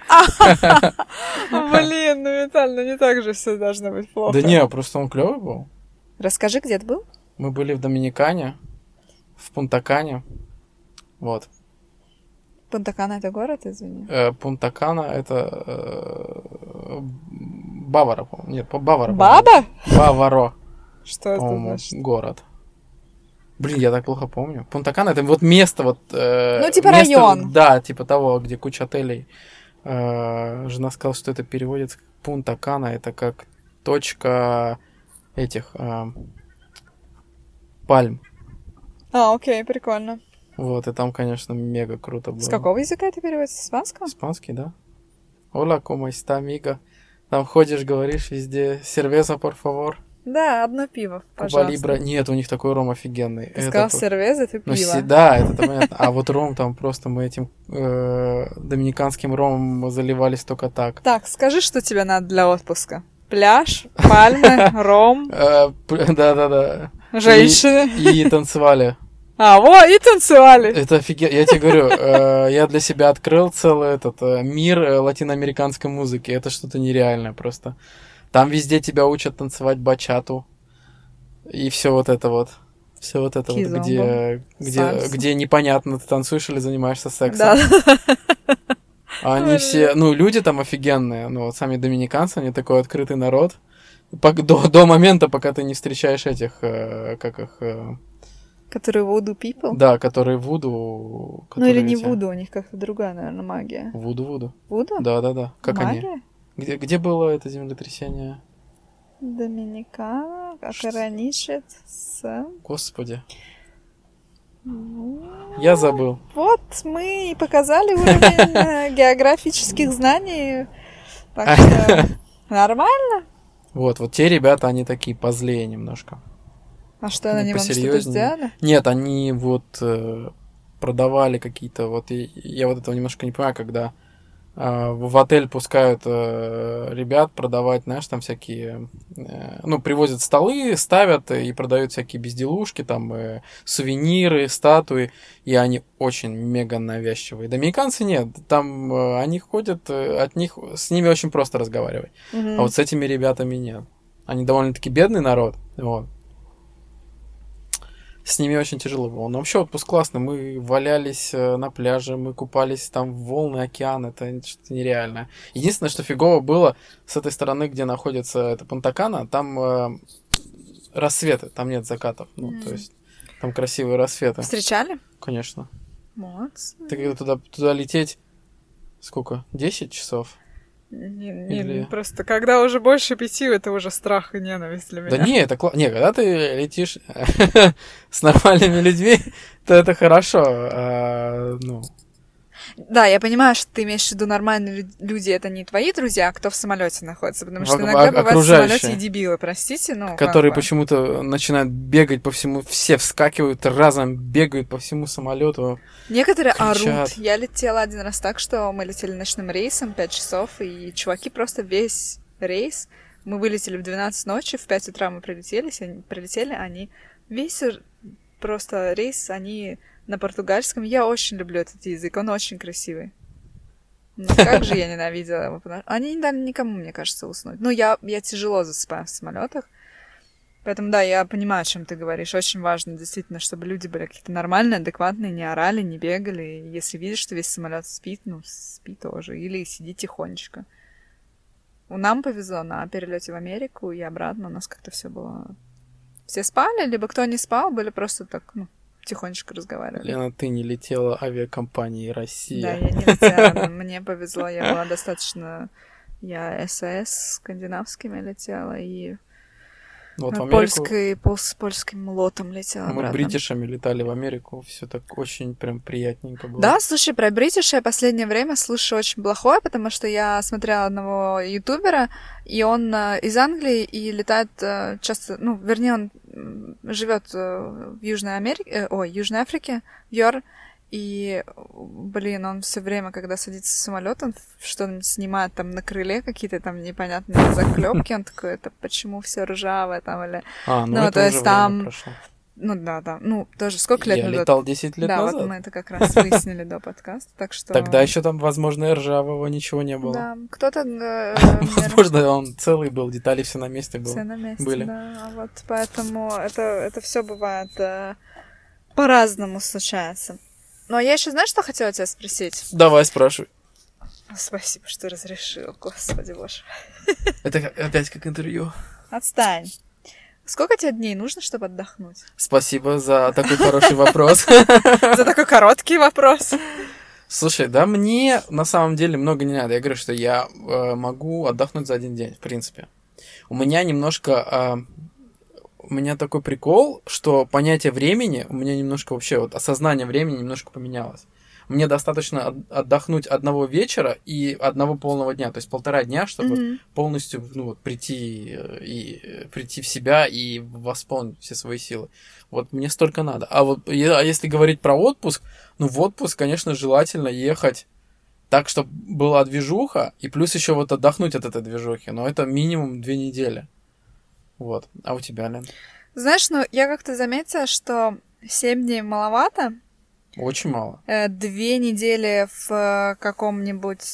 Блин, ну, Виталь, ну не так же все должно быть плохо. Да не, просто он клевый был. Расскажи, где ты был? Мы были в Доминикане, в Пунта-Кане, вот. Пунта-Кана — это город, извини? Э, Пунта-Кана — это э, Бавара, по-моему. Нет, Бавара. Баба? Баваро. Что это значит? Город. Блин, я так плохо помню. Пунта-Кана — это вот место вот... Э, ну, типа место, район. Да, типа того, где куча отелей. Э, жена сказала, что это переводится как Пунта-Кана, это как точка этих а, пальм. А, окей, прикольно. Вот, и там, конечно, мега круто было. С какого языка это переводится? С испанского? Испанский, да. Hola, ¿cómo está, amiga? Там ходишь, говоришь везде cerveza, por favor. Да, одно пиво, Куба пожалуйста. Либра. Нет, у них такой ром офигенный. Ты сказал сервеза, это ну, пиво. си... Да, это понятно. А вот ром там просто мы этим э, доминиканским ромом заливались только так. Так, скажи, что тебе надо для отпуска. Пляж, пальмы, ром, Да-да-да. женщины. И танцевали. А, вот, и танцевали. Это офигенно. Я тебе говорю, э, я для себя открыл целый этот э, мир э, латиноамериканской музыки. Это что-то нереальное просто. Там везде тебя учат танцевать бачату. И все вот это вот. Все вот это Кизомбо. вот, где, где, где непонятно, ты танцуешь или занимаешься сексом. Да. Они все, ну, люди там офигенные. Ну, вот сами доминиканцы, они такой открытый народ. До, до момента, пока ты не встречаешь этих, э, как их... Э, которые voodoo people? Да, которые вуду. Ну или не вуду, у них как-то другая, наверное, магия. Вуду-вуду. Вуду? Да-да-да. Как магия? они? Где, где было это землетрясение? Доминикана, как граничит с... Господи. Ну... Я забыл. Вот мы и показали уровень географических знаний. Так что нормально. Вот, вот те ребята, они такие позлее немножко. А что, они вам что-то сделали? Нет, они вот э, продавали какие-то, вот и, я вот этого немножко не понимаю, когда э, в отель пускают э, ребят продавать, знаешь, там всякие, э, ну, привозят столы, ставят и продают всякие безделушки, там, э, сувениры, статуи, и они очень мега навязчивые. Доминиканцы нет, там э, они ходят, э, от них, с ними очень просто разговаривать, Mm-hmm. а вот с этими ребятами нет. Они довольно-таки бедный народ, вот. С ними очень тяжело было. Но вообще отпуск классный. Мы валялись на пляже, мы купались там в волны, океан. Это что-то нереальное. Единственное, что фигово было с этой стороны, где находится это Пунта-Кана, там э, рассветы, там нет закатов. Ну, mm. то есть там красивые рассветы. Встречали? Конечно. Молодцы. Ты когда туда, туда лететь, сколько? десять часов? Не, не, Или... Просто когда уже больше пяти, это уже страх и ненависть для меня. Да не, это классно. Не, когда ты летишь с нормальными людьми, то это хорошо. А, ну... Да, я понимаю, что ты имеешь в виду нормальные люди, это не твои друзья, а кто в самолете находится. Потому что иногда бывают в самолете и дебилы, простите, ну. Которые как бы. Почему-то начинают бегать по всему, все вскакивают разом, бегают по всему самолету. Некоторые кричат. орут. Я летела один раз так, что мы летели ночным рейсом пять часов, и чуваки просто весь рейс. Мы вылетели в двенадцать ночи, в пять утра мы прилетели, они, прилетели, они весь просто рейс, они на португальском. Я очень люблю этот язык, он очень красивый. Ну, как же я ненавидела его. Они не дали никому, мне кажется, уснуть. Ну, я, я тяжело засыпаю в самолетах. Поэтому, да, я понимаю, о чем ты говоришь. Очень важно, действительно, чтобы люди были какие-то нормальные, адекватные, не орали, не бегали. И если видишь, что весь самолет спит, ну, спи тоже. Или сиди тихонечко. У нам повезло на перелете в Америку и обратно. У нас как-то все было... Все спали, либо кто не спал, были просто так, ну, тихонечко разговаривали. Лена, ты не летела авиакомпанией «Россия». Да, я не летела, мне повезло, я была достаточно... Я САС скандинавскими летела, и вот Америку... польской, пол, с польским лотом летела Мы обратно. бритишами летали в Америку, все так очень прям приятненько было. Да, слушай, про бритиша я последнее время слушаю очень плохое, потому что я смотрела одного ютубера, и он э, из Англии и летает э, часто, ну, вернее, он живет э, в Южной Америке, э, ой, Южной Африке, в Йор, и, блин, он все время, когда садится в самолет, он что-нибудь снимает там на крыле, какие-то там непонятные заклепки, он такой, это почему все ржавое там, или... А, ну, ну это то есть уже там... время прошло. Ну да, да. Ну, тоже сколько лет Я назад? летал десять лет да, назад. Да, вот мы это как раз выяснили до подкаста, так что... Тогда еще там, возможно, ржавого ничего не было. Да, кто-то... Э, возможно, он целый был, детали все на месте были. Все на месте, были. Да. Вот поэтому это, это все бывает э, по-разному случается. Ну, а я еще, знаешь, что хотела тебя спросить? Давай, спрашивай. Спасибо, что разрешил, господи боже. Это опять как интервью. Отстань. Сколько тебе дней нужно, чтобы отдохнуть? Спасибо за такой хороший вопрос. За такой короткий вопрос. Слушай, да мне на самом деле много не надо. Я говорю, что я могу отдохнуть за один день, в принципе. У меня немножко... А, у меня такой прикол, что понятие времени, у меня немножко вообще, вот осознание времени немножко поменялось. Мне достаточно отдохнуть одного вечера и одного полного дня, то есть полтора дня, чтобы mm-hmm. полностью ну, вот, прийти, и, прийти в себя и восполнить все свои силы. Вот мне столько надо. А вот а если говорить про отпуск, ну в отпуск, конечно, желательно ехать так, чтобы была движуха, и плюс еще вот отдохнуть от этой движухи, но это минимум две недели. Вот. А у тебя, Лен? Знаешь, ну я как-то заметила, что семь дней маловато. Очень мало. Две недели в каком-нибудь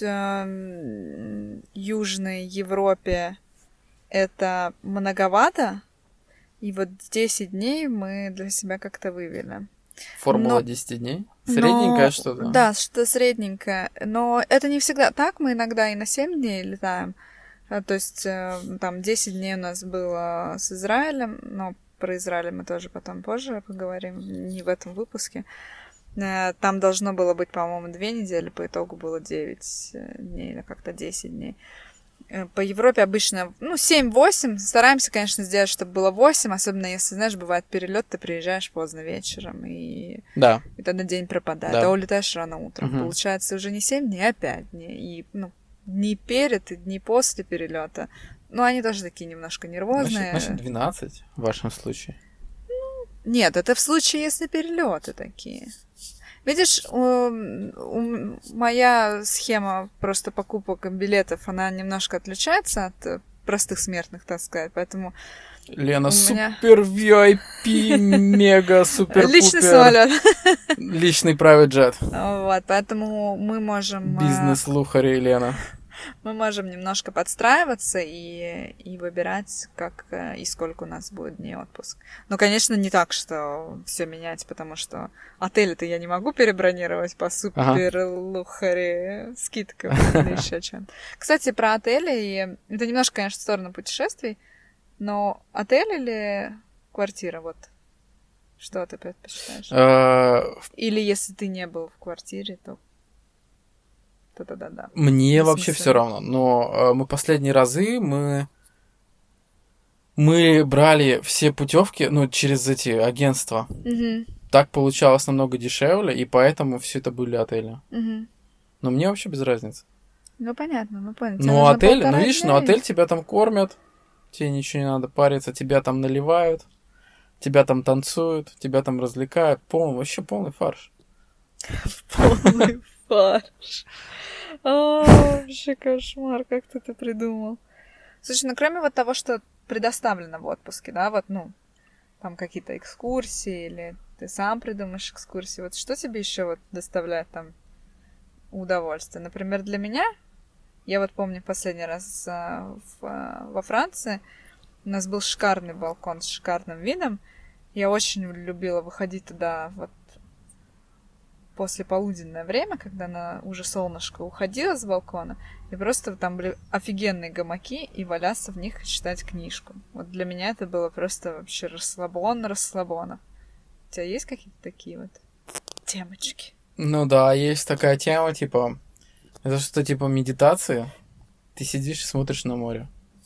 э, Южной Европе это многовато. И вот десять дней мы для себя как-то вывели. Формула Но... десять дней? Средненькое Но... что-то? Да, что-то средненькое. Но это не всегда так. Мы иногда и на семь дней летаем. То есть там десять дней у нас было с Израилем, но про Израиль мы тоже потом позже поговорим, не в этом выпуске. Там должно было быть, по-моему, две недели, по итогу было девять дней или как-то десять дней. По Европе обычно, ну, семь-восемь. Стараемся, конечно, сделать, чтобы было восемь, особенно если, знаешь, бывает перелет, ты приезжаешь поздно вечером, и, да. и тогда день пропадает, да. а улетаешь рано утром. Угу. Получается уже не семь дней, а пять дней. И, ну, дни перед и дни после перелета. Ну, они тоже такие немножко нервозные. Значит, значит двенадцать в вашем случае? Ну, нет, это в случае, если перелеты такие. Видишь, у, у, моя схема просто покупок билетов, она немножко отличается от простых смертных, так сказать, поэтому... Лена, у меня... супер ви ай пи, мега, супер Личный самолет. Личный private jet. Вот, поэтому мы можем... Бизнес-лухари, Лена. Мы можем немножко подстраиваться и, и выбирать, как и сколько у нас будет дней отпуск. Но, конечно, не так, что все менять, потому что отели-то я не могу перебронировать по супер-лухари скидкам или еще чем-то. Кстати, про отели, это немножко, конечно, в сторону путешествий, но отель или квартира, вот, что ты предпочитаешь? Или если ты не был в квартире, то Да-да-да. Мне вообще все равно, но э, мы последние разы мы мы брали все путевки, ну через эти агентства. Угу. Так получалось намного дешевле, и поэтому все это были отели. Угу. Но мне вообще без разницы. Ну понятно, мы поняли. Ну отель, ну видишь, ну отель тебя там кормят, тебе ничего не надо париться, тебя там наливают, тебя там танцуют, тебя там развлекают, полный вообще полный фарш. Полный фарш. А, вообще кошмар, как ты это придумал. Слушай, ну кроме вот того, что предоставлено в отпуске, да, вот, ну, там какие-то экскурсии, или ты сам придумаешь экскурсии, вот что тебе еще вот доставляет там удовольствие? Например, для меня, я вот помню последний раз а, в, а, во Франции, у нас был шикарный балкон с шикарным видом, я очень любила выходить туда вот после полуденное время, когда на уже солнышко уходило с балкона, и просто там были офигенные гамаки, и валяться в них и читать книжку. Вот для меня это было просто вообще расслабон, расслабона. У тебя есть какие-то такие вот темочки? Ну да, есть такая тема, типа, это что-то типа медитации. Ты сидишь и смотришь на море.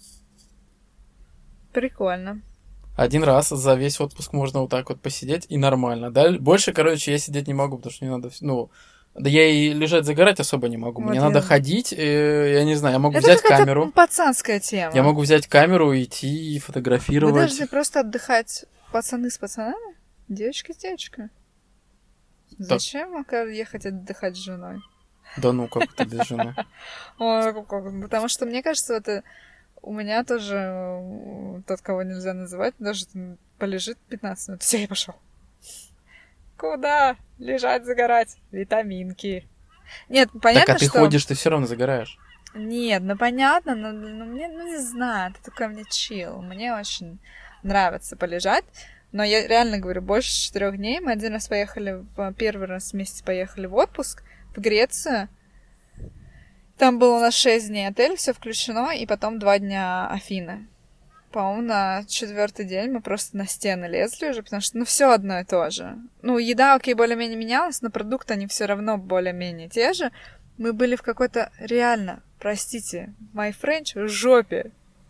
Прикольно. Один раз за весь отпуск можно вот так вот посидеть, и нормально. Да? Больше, короче, я сидеть не могу, потому что мне надо... Ну, да я и лежать загорать особо не могу. Вот мне я... надо ходить, э, я не знаю, я могу это взять камеру. Это пацанская тема. Я могу взять камеру, идти и фотографировать. Вы должны просто отдыхать пацаны с пацанами, девочки с девочкой. Зачем так. ехать отдыхать с женой? Да ну, как ты без жены? Потому что, мне кажется, это... У меня тоже тот, кого нельзя называть, даже полежит пятнадцать минут. Все, я пошел. Куда? Лежать, загорать. Витаминки. Нет, понятно, так, а ты что... ходишь, ты все равно загораешь. Нет, ну понятно, но, но мне, ну не знаю, это такой мне чил. Мне очень нравится полежать. Но я реально говорю, больше четырех дней. Мы один раз поехали, в, первый раз вместе поехали в отпуск в Грецию. Там было у нас шесть дней отель, все включено, и потом два дня Афины. По-моему, на четвертый день мы просто на стены лезли уже, потому что, ну, все одно и то же. Ну, еда, окей, более-менее менялась, но продукты, они все равно более-менее те же. Мы были в какой-то, реально, простите, my French, в жопе.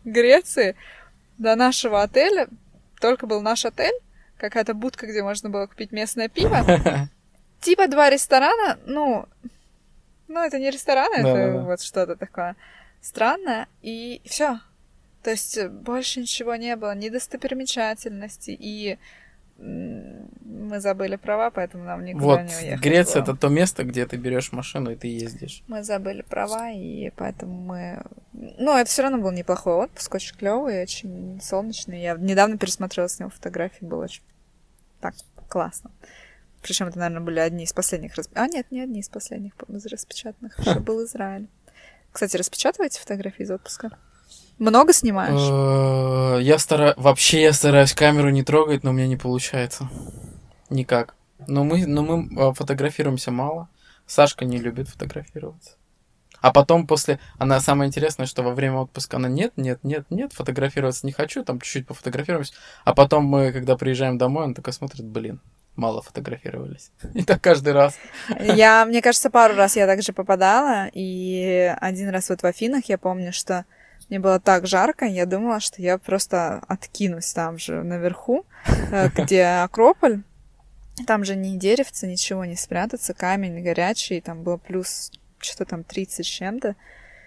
Греции до нашего отеля только был наш отель, какая-то будка, где можно было купить местное пиво. Типа два ресторана, ну, ну это не ресторан, это Да-да-да. вот что-то такое странное, и все. То есть больше ничего не было, ни достопримечательностей, и м, мы забыли права, поэтому нам никуда Вот, не уехать Греция было. это то место, где ты берешь машину и ты ездишь. Мы забыли права, и поэтому мы... Ну, это все равно был неплохой отпуск, очень клевый, очень солнечный. Я недавно пересмотрела с него фотографии, было очень так классно. Причем это, наверное, были одни из последних... Расп... А, нет, не одни из последних из распечатанных. Еще был Израиль. Кстати, распечатываете фотографии из отпуска? Много снимаешь? Э, Я стараюсь... Вообще я стараюсь камеру не трогать, но у меня не получается. Никак. Но мы, но мы э, фотографируемся мало. Сашка не любит фотографироваться. А потом после... Она самое интересное, что во время отпуска она нет, нет, нет, нет, фотографироваться не хочу, там чуть-чуть пофотографируемся. А потом мы, когда приезжаем домой, она такая смотрит, блин, мало фотографировались. И так каждый раз. Я, мне кажется, пару раз я также попадала, и один раз вот в Афинах я помню, что мне было так жарко, я думала, что я просто откинусь там же наверху, э, где Акрополь. Там же ни деревца, ничего не спрятаться, камень горячий, там было плюс что-то там тридцать с чем-то.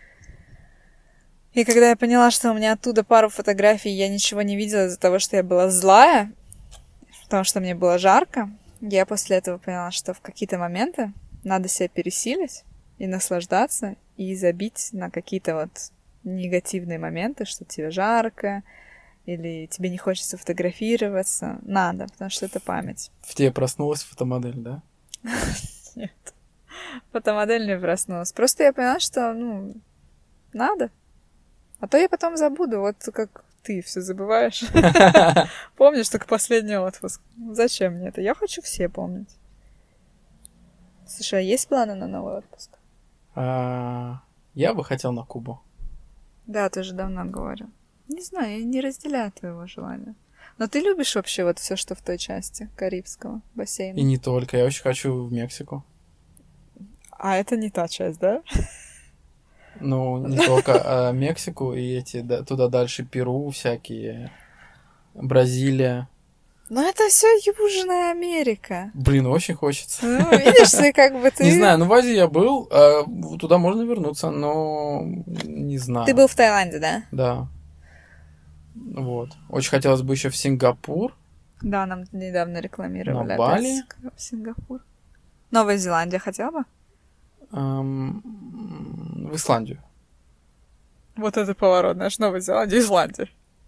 И когда я поняла, что у меня оттуда пару фотографий, я ничего не видела из-за того, что я была злая, потому что мне было жарко, я после этого поняла, что в какие-то моменты надо себя пересилить и наслаждаться, и забить на какие-то вот негативные моменты, что тебе жарко, или тебе не хочется фотографироваться. Надо, потому что это память. В тебе проснулась фотомодель, да? Нет. Фотомодель не проснулась. Просто я поняла, что, ну, надо. А то я потом забуду, вот как ты все забываешь. Помнишь только последний отпуск. Зачем мне это? Я хочу все помнить. Слушай, а есть планы на новый отпуск? А, Я бы хотел на Кубу. Да, ты же давно говорил. Не знаю, я не разделяю твоего желания. Но ты любишь вообще вот все, что в той части Карибского бассейна? И не только. Я очень хочу в Мексику. А это не та часть, да? Ну, не только, а Мексику и эти, да, туда дальше Перу всякие, Бразилия. Ну это все Южная Америка. Блин, очень хочется. Ну, видишь, ты как бы ты... Не знаю, ну в Азии я был, а туда можно вернуться, но не знаю. Ты был в Таиланде, да? Да. Вот. Очень хотелось бы еще в Сингапур. Да, нам недавно рекламировали На опять Бали? в Сингапур. Новая Зеландия хотела бы? эм, в Исландию. Вот это поворот, наш Новая Зеландия, Исландия.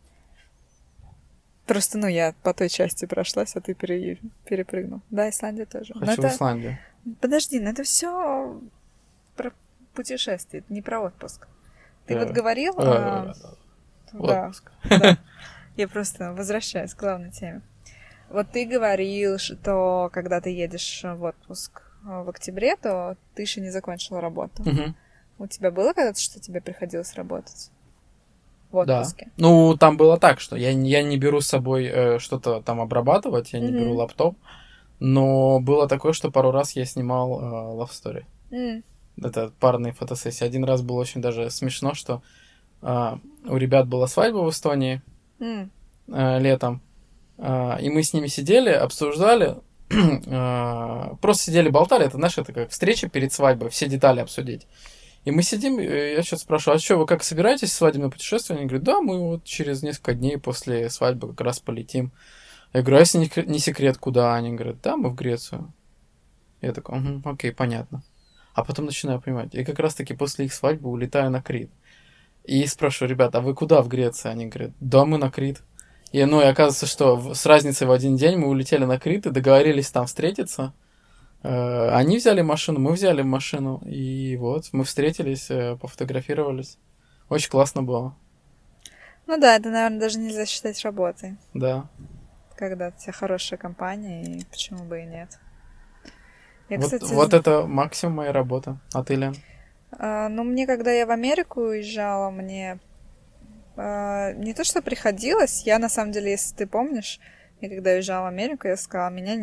Просто, ну, я по той части прошлась, а ты пере... перепрыгнул. Да, Исландия тоже. Но Хочу это... в Исландию. Подожди, но это все про путешествие, это не про отпуск. Ты Э, вот говорил... э, а, Да, Отпуск. да. Я просто возвращаюсь к главной теме. Вот ты говорил, что когда ты едешь в отпуск в октябре, то ты еще не закончил работу. Мгм. У тебя было когда-то, что тебе приходилось работать в Да. отпуске? Ну, там было так, что я, не- я не беру с собой э, что-то там обрабатывать, я не Мгм. беру лаптоп, но было такое, что пару раз я снимал э, love story. М, Это парные фотосессии. Один раз было очень даже смешно, что а, у ребят была свадьба в Эстонии м, а, летом, а, и мы с ними сидели, обсуждали, а, просто сидели, болтали. Это, знаешь, это как встреча перед свадьбой, все детали обсудить. И мы сидим, и я что-то спрашиваю, а что, вы как собираетесь в свадебное путешествие? Они говорят, да, мы вот через несколько дней после свадьбы как раз полетим. Я говорю, а если не, кр- не секрет, куда? Они говорят, да, мы в Грецию. Я такой, угу, окей, понятно. А потом начинаю понимать. И как раз-таки после их свадьбы улетаю на Крит. И спрашиваю, ребята, а вы куда в Греции? Они говорят, да, мы на Крит. И, ну, и оказывается, что в- с разницей в один день мы улетели на Крит и договорились там встретиться. Э, Они взяли машину, мы взяли машину. И вот, мы встретились, э, пофотографировались. Очень классно было, Ну да, это, наверное, даже нельзя считать работой, да. когда у тебя хорошая компания, и почему бы и нет. Я, Вот, кстати, вот з- это максимум моей работы. А ты, Лен? а, ну, мне, когда я в Америку уезжала, мне а, не то, что приходилось, я, на самом деле, если ты помнишь, я когда уезжала в Америку, я сказала, меня нет,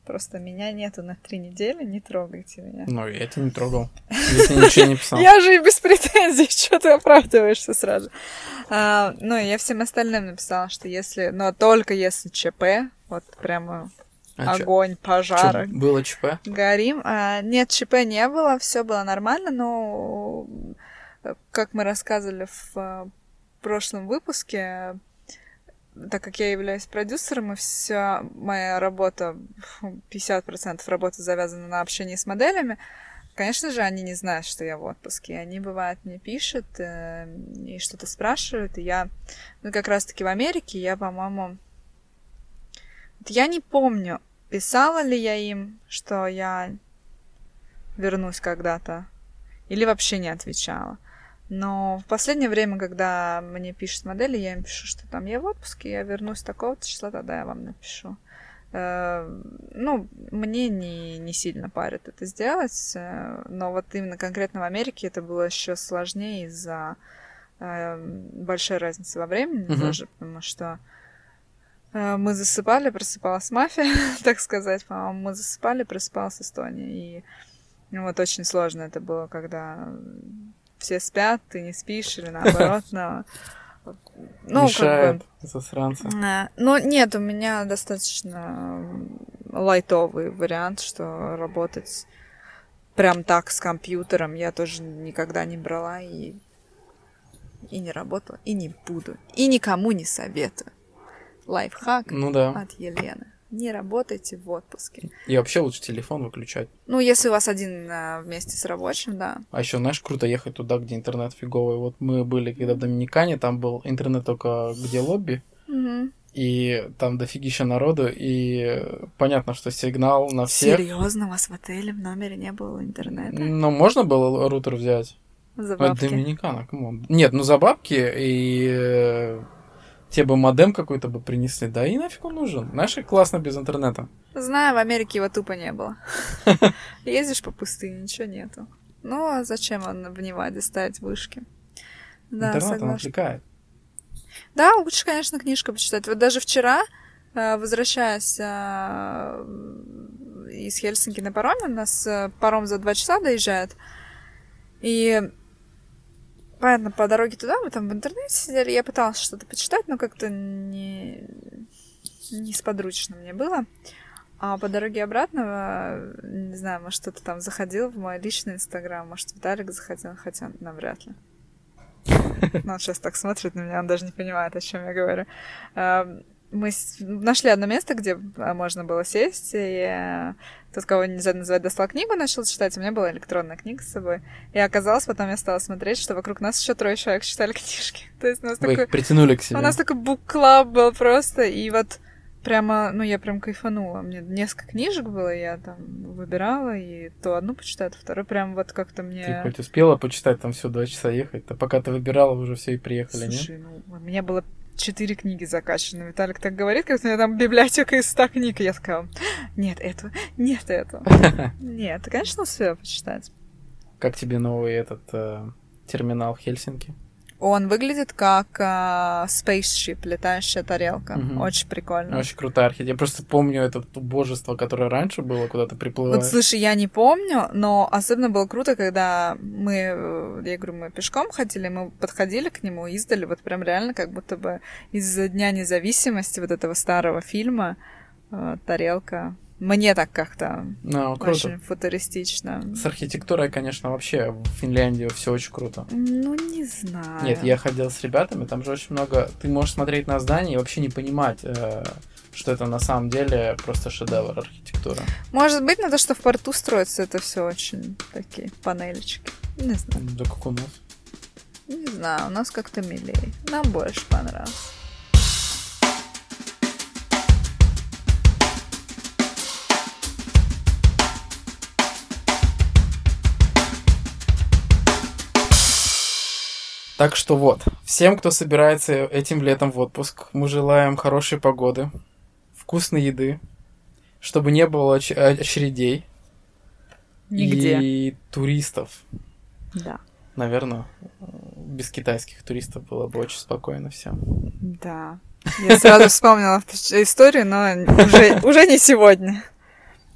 Просто меня нету на три недели, не трогайте меня. Ну, я тебя не трогал. Я тебе ничего не писал. Я же и без претензий, что ты оправдываешься сразу. А, ну, я всем остальным написала, что если... Но только если ЧП, вот прямо а огонь, чё? Пожар. Чё, было ЧП? Горим. А, нет, ЧП не было, все было нормально, но, как мы рассказывали в прошлом выпуске, так как я являюсь продюсером, и вся моя работа, пятьдесят процентов работы завязана на общении с моделями, конечно же, они не знают, что я в отпуске. Они, бывает, мне пишут э, и что-то спрашивают, и я, ну, как раз-таки в Америке, я, по-моему... Я не помню, писала ли я им, что я вернусь когда-то, или вообще не отвечала. Но в последнее время, когда мне пишут модели, я им пишу, что там я в отпуске, я вернусь такого-то числа, тогда я вам напишу. Э, ну, мне не, не сильно парит это сделать, э, но вот именно конкретно в Америке это было еще сложнее из-за э, большой разницы во времени, mm-hmm. даже, потому что э, мы засыпали, просыпалась мафия, так сказать, по-моему, мы засыпали, просыпалась Эстония, и ну, вот очень сложно это было, когда... Все спят, ты не спишь, или наоборот, но... Ну, мешает, как бы... засранцы. Ну, нет, у меня достаточно лайтовый вариант, что работать прям так с компьютером я тоже никогда не брала и, и не работала, и не буду. И никому не советую. Лайфхак ну, да. от Елены. Не работайте в отпуске. И вообще лучше телефон выключать. Ну, если у вас один а, вместе с рабочим, да. А еще, знаешь, круто ехать туда, где интернет фиговый. Вот мы были, когда в Доминикане, там был интернет только где лобби, угу. и там дофигища народу, и понятно, что сигнал на всех. Серьезно, у вас в отеле в номере не было интернета? Ну, можно было рутер взять. За бабки? Это Доминикана, камон. Нет, ну за бабки и... Тебе бы модем какой-то бы принесли, да и нафиг он нужен. Знаешь, как классно без интернета. Знаю, в Америке его тупо не было. Ездишь по пустыне, ничего нету. Ну, а зачем он в Неваде ставить вышки? Да, интернет, он отвлекает. Да, лучше, конечно, книжку почитать. Вот даже вчера, возвращаясь из Хельсинки на пароме, у нас паром за два часа доезжает, и... Понятно, по дороге туда мы там в интернете сидели, я пыталась что-то почитать, но как-то не, не сподручно мне было. А по дороге обратно, не знаю, может, кто-то там заходил в мой личный инстаграм, может, Виталик заходил, хотя навряд ли. Ну, он сейчас так смотрит на меня, он даже не понимает, о чем я говорю. Мы нашли одно место, где можно было сесть, и тот, кого нельзя называть, достал книгу, начал читать, у меня была электронная книга с собой. И оказалось, потом я стала смотреть, что вокруг нас еще трое человек читали книжки. То есть у нас Вы такой... их притянули к себе. У нас такой бук-клаб был просто, и вот прямо, ну, я прям кайфанула. Мне несколько книжек было, я там выбирала, и то одну почитаю, то вторую, прям вот как-то мне... Ты хоть успела почитать, там все два часа ехать, а пока ты выбирала, уже все и приехали, нет? Слушай, ну, у меня было четыре книги закачаны. Виталик так говорит, как у меня там библиотека из ста книг. И я сказала, нет этого, нет этого. Нет, конечно, успела почитать. Как тебе новый этот э, терминал в Хельсинки? Он выглядит как э, spaceship, летающая тарелка. Угу. Очень прикольно. Очень крутая архитектура. Я просто помню это убожество, которое раньше было, куда ты приплываешь. Вот, слушай, я не помню, но особенно было круто, когда мы, я говорю, мы пешком ходили, мы подходили к нему, издали, вот прям реально как будто бы из-за Дня независимости вот этого старого фильма э, тарелка. Мне так как-то no, очень футуристично. С архитектурой, конечно, вообще в Финляндии все очень круто. Ну, не знаю. Нет, я ходил с ребятами, там же очень много... Ты можешь смотреть на здание и вообще не понимать, э, что это на самом деле просто шедевр архитектуры. Может быть, на то, что в порту строится, это все очень такие панелечки. Не знаю. Да как у нас? Не знаю, у нас как-то милее. Нам больше понравилось. Так что вот, всем, кто собирается этим летом в отпуск, мы желаем хорошей погоды, вкусной еды, чтобы не было оч- очередей Нигде. И туристов. Да. Наверное, без китайских туристов было бы очень спокойно всем. Да. Я сразу вспомнила историю, но уже, уже не сегодня.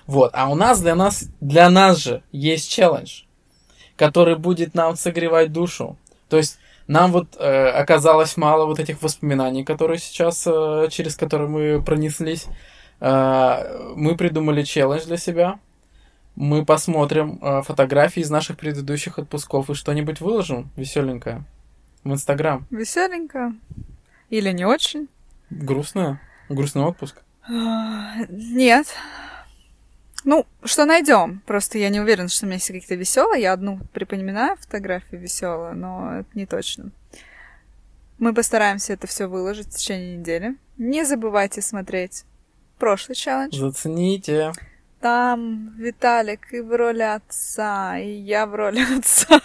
Вот, а у нас для нас, для нас же есть челлендж, который будет нам согревать душу. То есть нам вот э, оказалось мало вот этих воспоминаний, которые сейчас, э, через которые мы пронеслись. Э, мы придумали челлендж для себя. Мы посмотрим э, фотографии из наших предыдущих отпусков и что-нибудь выложим веселенькое в Инстаграм. Веселенько. Или не очень. Грустно? Грустный отпуск? Нет. Ну, что найдем. Просто я не уверена, что у меня есть какие-то веселые. Я одну припоминаю фотографию веселую, но это не точно. Мы постараемся это все выложить в течение недели. Не забывайте смотреть прошлый челлендж. Зацените. Там Виталик и в роли отца, и я в роли отца.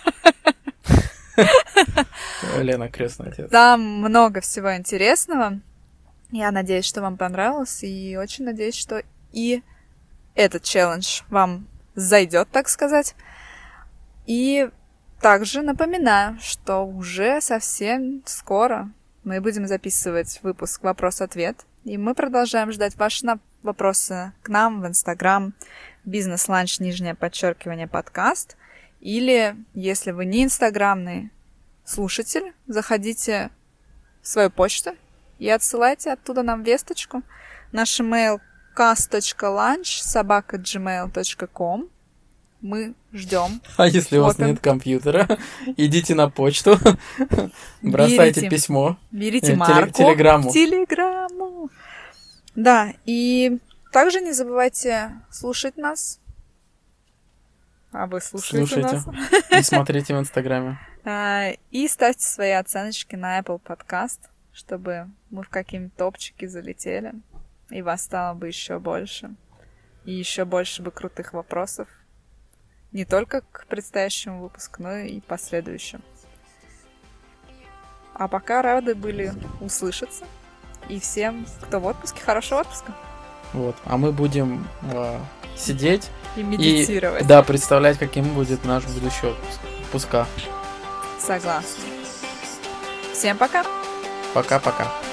Лена, крестный отец. Там много всего интересного. Я надеюсь, что вам понравилось, и очень надеюсь, что и этот челлендж вам зайдет, так сказать. И также напоминаю, что уже совсем скоро мы будем записывать выпуск «Вопрос-ответ», и мы продолжаем ждать ваши вопросы к нам в Инстаграм «Бизнес-ланч», нижнее подчеркивание, подкаст. Или, если вы не инстаграмный слушатель, заходите в свою почту и отсылайте оттуда нам весточку. Наш имейл cast точка lunch собака джимейл точка ком. Мы ждем. А если у вас нет компьютера, идите на почту, бросайте берите, письмо. Берите марку. Телеграмму. Телеграмму. Да, и также не забывайте слушать нас. А вы слушаете Слушайте. нас. И смотрите в Инстаграме. И ставьте свои оценочки на Apple Podcast, чтобы мы в какие-нибудь топчики залетели, и вас стало бы еще больше. И еще больше бы крутых вопросов. Не только к предстоящему выпуску, но и последующим. А пока рады были услышаться. И всем, кто в отпуске, хорошего отпуска. Вот. А мы будем э, сидеть и медитировать. И, да, представлять, каким будет наш будущий отпуск. Отпуска. Согласна. Всем пока. Пока-пока.